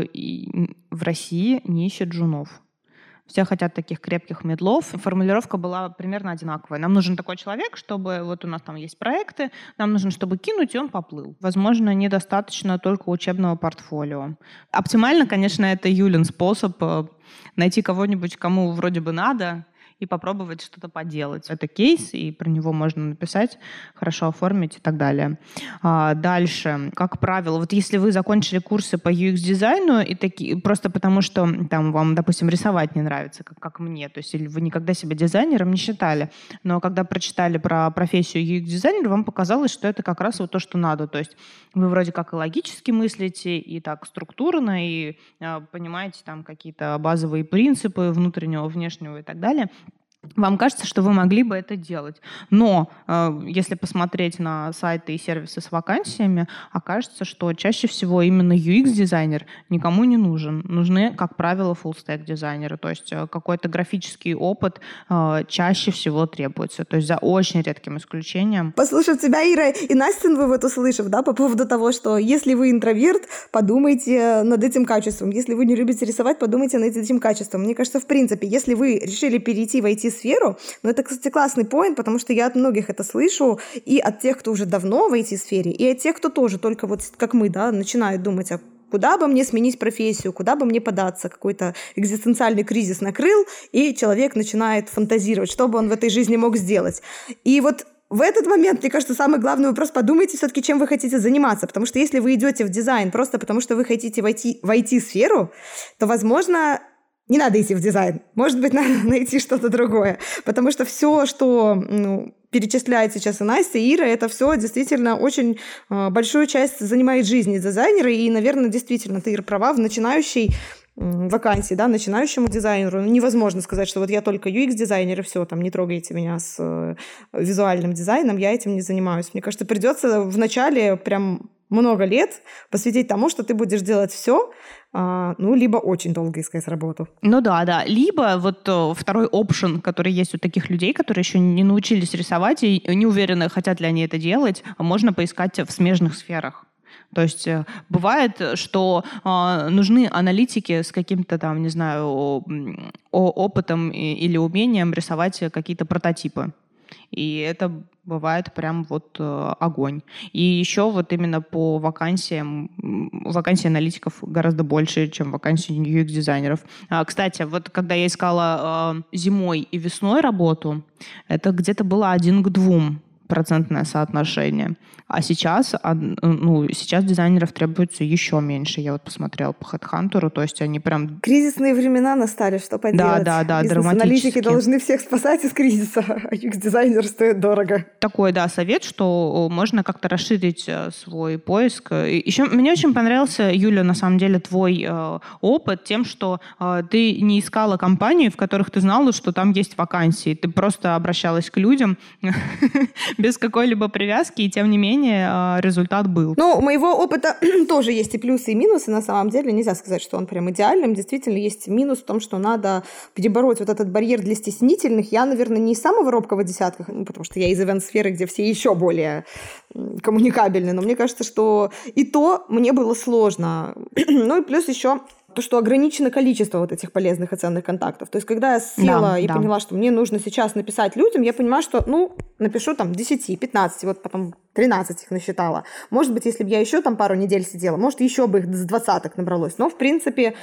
в России не ищет джунов. Все хотят таких крепких медлов. Формулировка была примерно одинаковая. Нам нужен такой человек, чтобы вот у нас там есть проекты, нам нужно, чтобы кинуть, и он поплыл. Возможно, недостаточно только учебного портфолио. Оптимально, конечно, это Юлин способ найти кого-нибудь, кому вроде бы надо, и попробовать что-то поделать. Это кейс, и про него можно написать, хорошо оформить и так далее. А дальше, как правило, вот если вы закончили курсы по ю экс-дизайну, и таки, просто потому что там вам, допустим, рисовать не нравится, как, как мне, то есть или вы никогда себя дизайнером не считали, но когда прочитали про профессию ю экс-дизайнера, вам показалось, что это как раз вот то, что надо. То есть вы вроде как и логически мыслите, и так структурно, и э, понимаете там какие-то базовые принципы внутреннего, внешнего и так далее. Вам кажется, что вы могли бы это делать. Но э, если посмотреть на сайты и сервисы с вакансиями, окажется, что чаще всего именно ю экс-дизайнер никому не нужен. Нужны, как правило, фуллстек-дизайнеры. То есть э, какой-то графический опыт э, чаще всего требуется. То есть за очень редким исключением. Послушав тебя, Ира, и Настин вывод услышав, да, по поводу того, что если вы интроверт, подумайте над этим качеством. Если вы не любите рисовать, подумайте над этим качеством. Мне кажется, в принципе, если вы решили перейти в ай ти-сферу, но это, кстати, классный поинт, потому что я от многих это слышу, и от тех, кто уже давно в ай ти-сфере, и от тех, кто тоже только вот как мы, да, начинают думать, а куда бы мне сменить профессию, куда бы мне податься, какой-то экзистенциальный кризис накрыл, и человек начинает фантазировать, что бы он в этой жизни мог сделать. И вот в этот момент, мне кажется, самый главный вопрос — подумайте все-таки, чем вы хотите заниматься, потому что если вы идете в дизайн просто потому, что вы хотите войти в ай ти-сферу, то, возможно, не надо идти в дизайн. Может быть, надо найти что-то другое. Потому что все, что ну, перечисляет сейчас и Настя, и Ира, это все действительно очень э, большую часть занимает жизни дизайнера. И, наверное, действительно, ты, Ира, права, в начинающей вакансии, да, начинающему дизайнеру невозможно сказать, что вот я только ю экс-дизайнер, и все, там, не трогайте меня с э, визуальным дизайном, я этим не занимаюсь. Мне кажется, придется вначале прям много лет посвятить тому, что ты будешь делать все, а, ну, либо очень долго искать работу. Ну да, да. Либо вот о, второй опшн, который есть у таких людей, которые еще не научились рисовать и не уверены, хотят ли они это делать, можно поискать в смежных сферах. То есть бывает, что э, нужны аналитики с каким-то там, не знаю, о, о, опытом или умением рисовать какие-то прототипы. И это бывает прям вот э, огонь. И еще вот именно по вакансиям, вакансий аналитиков гораздо больше, чем вакансий ю экс-дизайнеров. А, кстати, вот когда я искала э, зимой и весной работу, это где-то было один к двум. процентное соотношение. А сейчас, ну, сейчас дизайнеров требуется еще меньше. Я вот посмотрела по HeadHunter, то есть они прям... Кризисные времена настали, что поделать. Да, да, да, бизнес-аналитики должны всех спасать из кризиса, а ю экс-дизайнер стоит дорого. Такой, да, совет, что можно как-то расширить свой поиск. Еще мне очень понравился, Юля, на самом деле, твой э, опыт тем, что э, ты не искала компании, в которых ты знала, что там есть вакансии. Ты просто обращалась к людям без какой-либо привязки, и тем не менее результат был. Ну, у моего опыта тоже есть и плюсы, и минусы. На самом деле нельзя сказать, что он прям идеальным. Действительно, есть минус в том, что надо перебороть вот этот барьер для стеснительных. Я, наверное, не из самого робкого десятка, потому что я из ивент-сферы, где все еще более коммуникабельны. Но мне кажется, что и то мне было сложно. Ну и плюс еще... то, что ограничено количество вот этих полезных и ценных контактов. То есть, когда я села да, и да. поняла, что мне нужно сейчас написать людям, я понимаю, что, ну, напишу там десять, пятнадцать, вот потом тринадцать их насчитала. Может быть, если бы я еще там пару недель сидела, может, еще бы их с двадцаток набралось. Но, в принципе,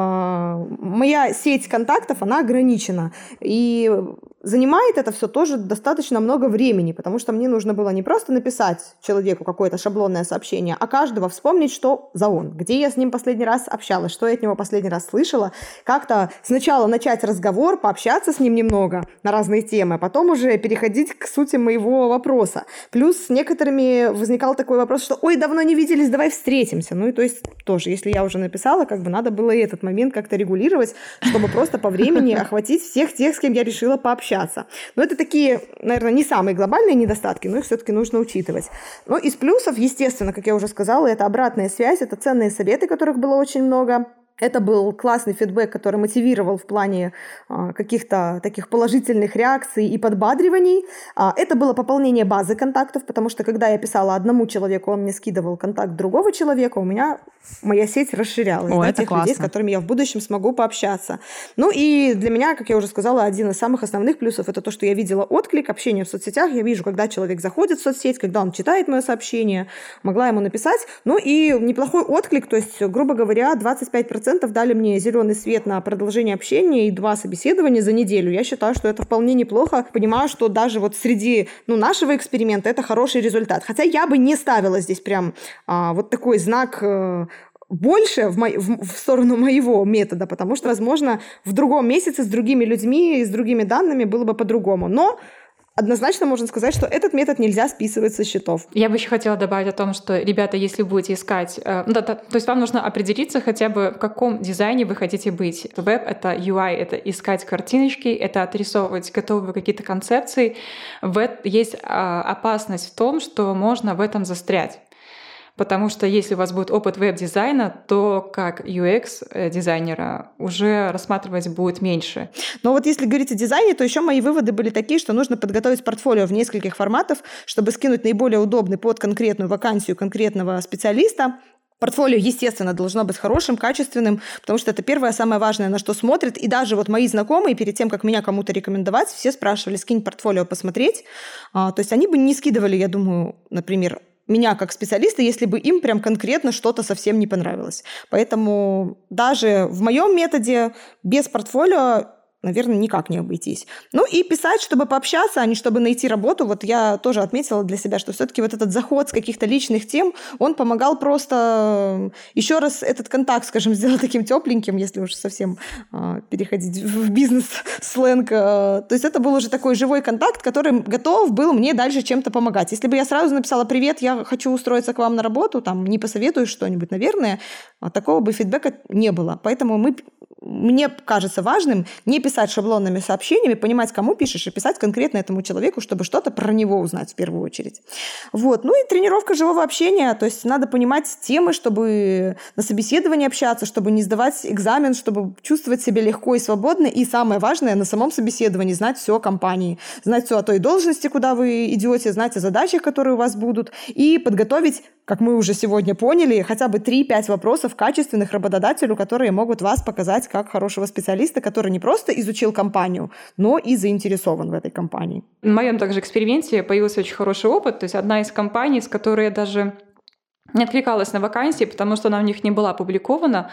моя сеть контактов, она ограничена. И занимает это все тоже достаточно много времени, потому что мне нужно было не просто написать человеку какое-то шаблонное сообщение, а каждого вспомнить, что за он, где я с ним последний раз общалась, что я от него последний раз слышала, как-то сначала начать разговор, пообщаться с ним немного на разные темы, а потом уже переходить к сути моего вопроса. Плюс с некоторыми возникал такой вопрос, что «Ой, давно не виделись, давай встретимся». Ну и то есть тоже, если я уже написала, как бы надо было и этот момент как-то регулировать, чтобы просто по времени охватить всех тех, с кем я решила пообщаться. Но это такие, наверное, не самые глобальные недостатки, но их все-таки нужно учитывать. Но из плюсов, естественно, как я уже сказала, это обратная связь, это ценные советы, которых было очень много. Это был классный фидбэк, который мотивировал в плане а, каких-то таких положительных реакций и подбадриваний. А, это было пополнение базы контактов, потому что когда я писала одному человеку, он мне скидывал контакт другого человека, у меня моя сеть расширялась. О, да, это тех классно. людей, с которыми я в будущем смогу пообщаться. Ну и для меня, как я уже сказала, один из самых основных плюсов – это то, что я видела отклик, общение в соцсетях. Я вижу, когда человек заходит в соцсеть, когда он читает мое сообщение, могла ему написать. Ну и неплохой отклик, то есть, грубо говоря, двадцать пять процентов дали мне зеленый свет на продолжение общения и два собеседования за неделю. Я считаю, что это вполне неплохо. Понимаю, что даже вот среди ну, нашего эксперимента это хороший результат. Хотя я бы не ставила здесь прям а, вот такой знак а, больше в, мо- в, в сторону моего метода, потому что, возможно, в другом месяце с другими людьми и с другими данными было бы по-другому. Но однозначно можно сказать, что этот метод нельзя списывать со счетов. Я бы еще хотела добавить о том, что, ребята, если будете искать... Э, да, да, то есть вам нужно определиться хотя бы, в каком дизайне вы хотите быть. Веб — это ю ай, это искать картиночки, это отрисовывать готовые какие-то концепции. В, есть э, опасность в том, что можно в этом застрять. Потому что если у вас будет опыт веб-дизайна, то как ю экс-дизайнера уже рассматривать будет меньше. Но вот если говорить о дизайне, то еще мои выводы были такие, что нужно подготовить портфолио в нескольких форматах, чтобы скинуть наиболее удобный под конкретную вакансию конкретного специалиста. Портфолио, естественно, должно быть хорошим, качественным, потому что это первое, самое важное, на что смотрят. И даже вот мои знакомые, перед тем, как меня кому-то рекомендовать, все спрашивали, скинь портфолио посмотреть. А, то есть они бы не скидывали, я думаю, например, меня как специалиста, если бы им прям конкретно что-то совсем не понравилось. Поэтому даже в моем методе без портфолио, наверное, никак не обойтись. Ну и писать, чтобы пообщаться, а не чтобы найти работу. Вот я тоже отметила для себя, что все-таки вот этот заход с каких-то личных тем, он помогал просто еще раз этот контакт, скажем, сделать таким тепленьким, если уж совсем э, переходить в бизнес-сленг. Э, то есть это был уже такой живой контакт, который готов был мне дальше чем-то помогать. Если бы я сразу написала «Привет, я хочу устроиться к вам на работу», там, не посоветуешь что-нибудь, наверное, такого бы фидбэка не было. Поэтому мы, мне кажется важным не писать писать шаблонными сообщениями, понимать, кому пишешь, и писать конкретно этому человеку, чтобы что-то про него узнать в первую очередь. Вот. Ну и тренировка живого общения, то есть надо понимать темы, чтобы на собеседовании общаться, чтобы не сдавать экзамен, чтобы чувствовать себя легко и свободно, и самое важное, на самом собеседовании знать все о компании, знать все о той должности, куда вы идете, знать о задачах, которые у вас будут, и подготовить, как мы уже сегодня поняли, хотя бы три-пять вопросов качественных работодателю, которые могут вас показать как хорошего специалиста, который не просто изучил компанию, но и заинтересован в этой компании. В моем также эксперименте появился очень хороший опыт. То есть одна из компаний, с которой я даже не откликалась на вакансии, потому что она у них не была опубликована,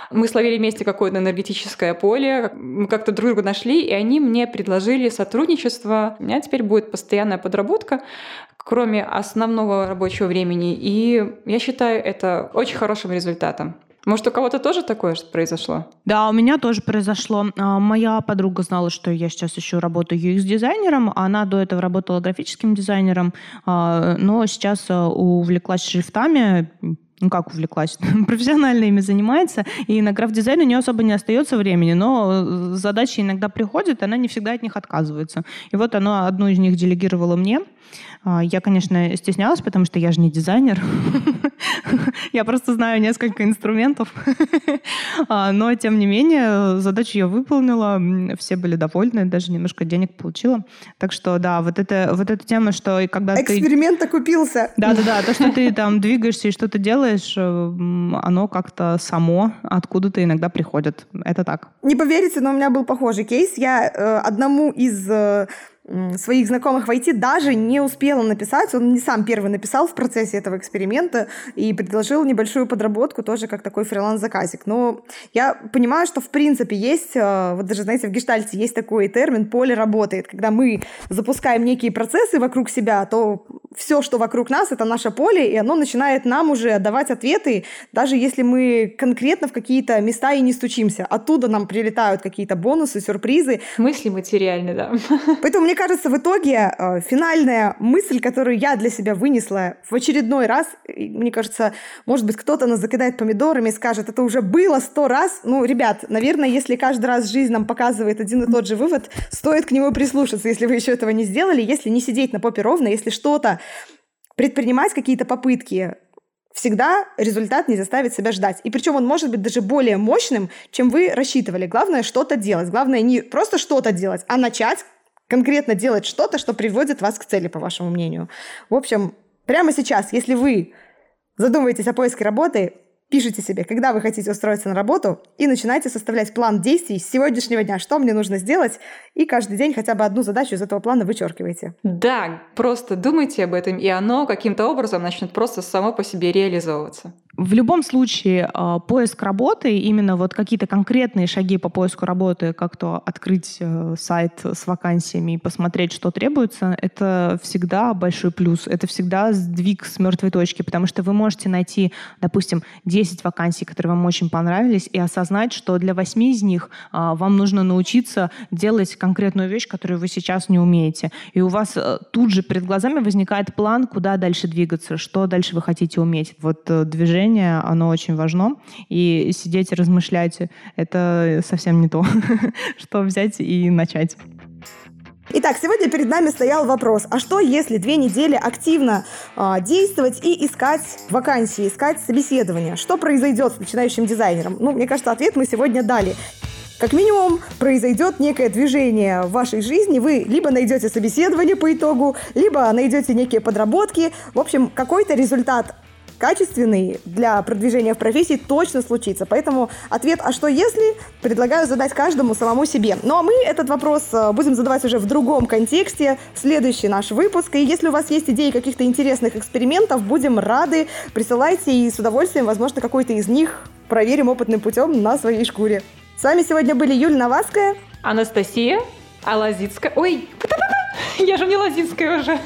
Мы словили вместе какое-то энергетическое поле, мы как-то друг друга нашли, и они мне предложили сотрудничество. У меня теперь будет постоянная подработка, кроме основного рабочего времени, и я считаю это очень хорошим результатом. Может, у кого-то тоже такое произошло? Да, у меня тоже произошло. Моя подруга знала, что я сейчас ищу работу ю экс-дизайнером. Она до этого работала графическим дизайнером, но сейчас увлеклась шрифтами. Ну, как увлеклась? Профессионально ими занимается. И на граф-дизайн у нее особо не остается времени, но задачи иногда приходят, и она не всегда от них отказывается. И вот она одну из них делегировала мне. Я, конечно, стеснялась, потому что я же не дизайнер. Я просто знаю несколько инструментов. Но, тем не менее, задачу я выполнила. Все были довольны, даже немножко денег получила. Так что, да, вот, это, вот эта тема, что когда ты... Эксперимент окупился. Да-да-да, то, что ты там двигаешься и что-то делаешь, оно как-то само откуда-то иногда приходит. Это так. Не поверите, но у меня был похожий кейс. Я э, одному из... Э, своих знакомых в ай ти даже не успела написать. Он не сам первый написал в процессе этого эксперимента и предложил небольшую подработку, тоже как такой фриланс-заказик. Но я понимаю, что в принципе есть, вот даже, знаете, в гештальте есть такой термин «поле работает». Когда мы запускаем некие процессы вокруг себя, то все, что вокруг нас, это наше поле, и оно начинает нам уже давать ответы, даже если мы конкретно в какие-то места и не стучимся. Оттуда нам прилетают какие-то бонусы, сюрпризы. Мысли материальны, да. Поэтому мне кажется, в итоге э, финальная мысль, которую я для себя вынесла в очередной раз, мне кажется, может быть, кто-то нас закидает помидорами и скажет, это уже было сто раз. Ну, ребят, наверное, если каждый раз жизнь нам показывает один и тот же вывод, стоит к нему прислушаться, если вы еще этого не сделали, если не сидеть на попе ровно, если что-то предпринимать, какие-то попытки, всегда результат не заставит себя ждать. И причем он может быть даже более мощным, чем вы рассчитывали. Главное что-то делать. Главное не просто что-то делать, а начать конкретно делать что-то, что приводит вас к цели, по вашему мнению. В общем, прямо сейчас, если вы задумываетесь о поиске работы, пишите себе, когда вы хотите устроиться на работу, и начинайте составлять план действий с сегодняшнего дня, что мне нужно сделать, и каждый день хотя бы одну задачу из этого плана вычеркивайте. Да, просто думайте об этом, и оно каким-то образом начнет просто само по себе реализовываться. В любом случае, поиск работы, именно вот какие-то конкретные шаги по поиску работы, как то открыть сайт с вакансиями и посмотреть, что требуется, это всегда большой плюс. Это всегда сдвиг с мертвой точки, потому что вы можете найти, допустим, десять вакансий, которые вам очень понравились, и осознать, что для восьми из них вам нужно научиться делать конкретную вещь, которую вы сейчас не умеете. И у вас тут же перед глазами возникает план, куда дальше двигаться, что дальше вы хотите уметь. Вот движение оно очень важно, и сидеть и размышлять — это совсем не то, что взять и начать. Итак, сегодня перед нами стоял вопрос, а что если две недели активно э, действовать и искать вакансии, искать собеседования? Что произойдет с начинающим дизайнером? Ну, мне кажется, ответ мы сегодня дали. Как минимум, произойдет некое движение в вашей жизни. Вы либо найдете собеседование по итогу, либо найдете некие подработки. В общем, какой-то результат качественный для продвижения в профессии точно случится. Поэтому ответ «а что если?» предлагаю задать каждому самому себе. Ну а мы этот вопрос будем задавать уже в другом контексте, в следующий наш выпуск. И если у вас есть идеи каких-то интересных экспериментов, будем рады. Присылайте, и с удовольствием, возможно, какой-то из них проверим опытным путем на своей шкуре. С вами сегодня были Юлия Новацкая, Анастасия Алазицкая. Ой, я же не Лазицкая уже.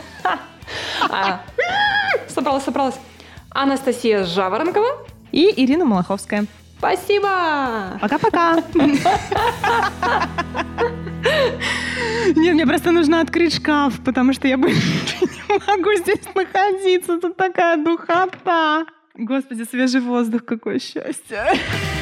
Собралась, собралась. Анастасия Жаворонкова и Ирина Малаховская. Спасибо! Пока-пока! Нет, мне просто нужно открыть шкаф, потому что я больше не могу здесь находиться. Тут такая духота. Господи, свежий воздух, какое счастье.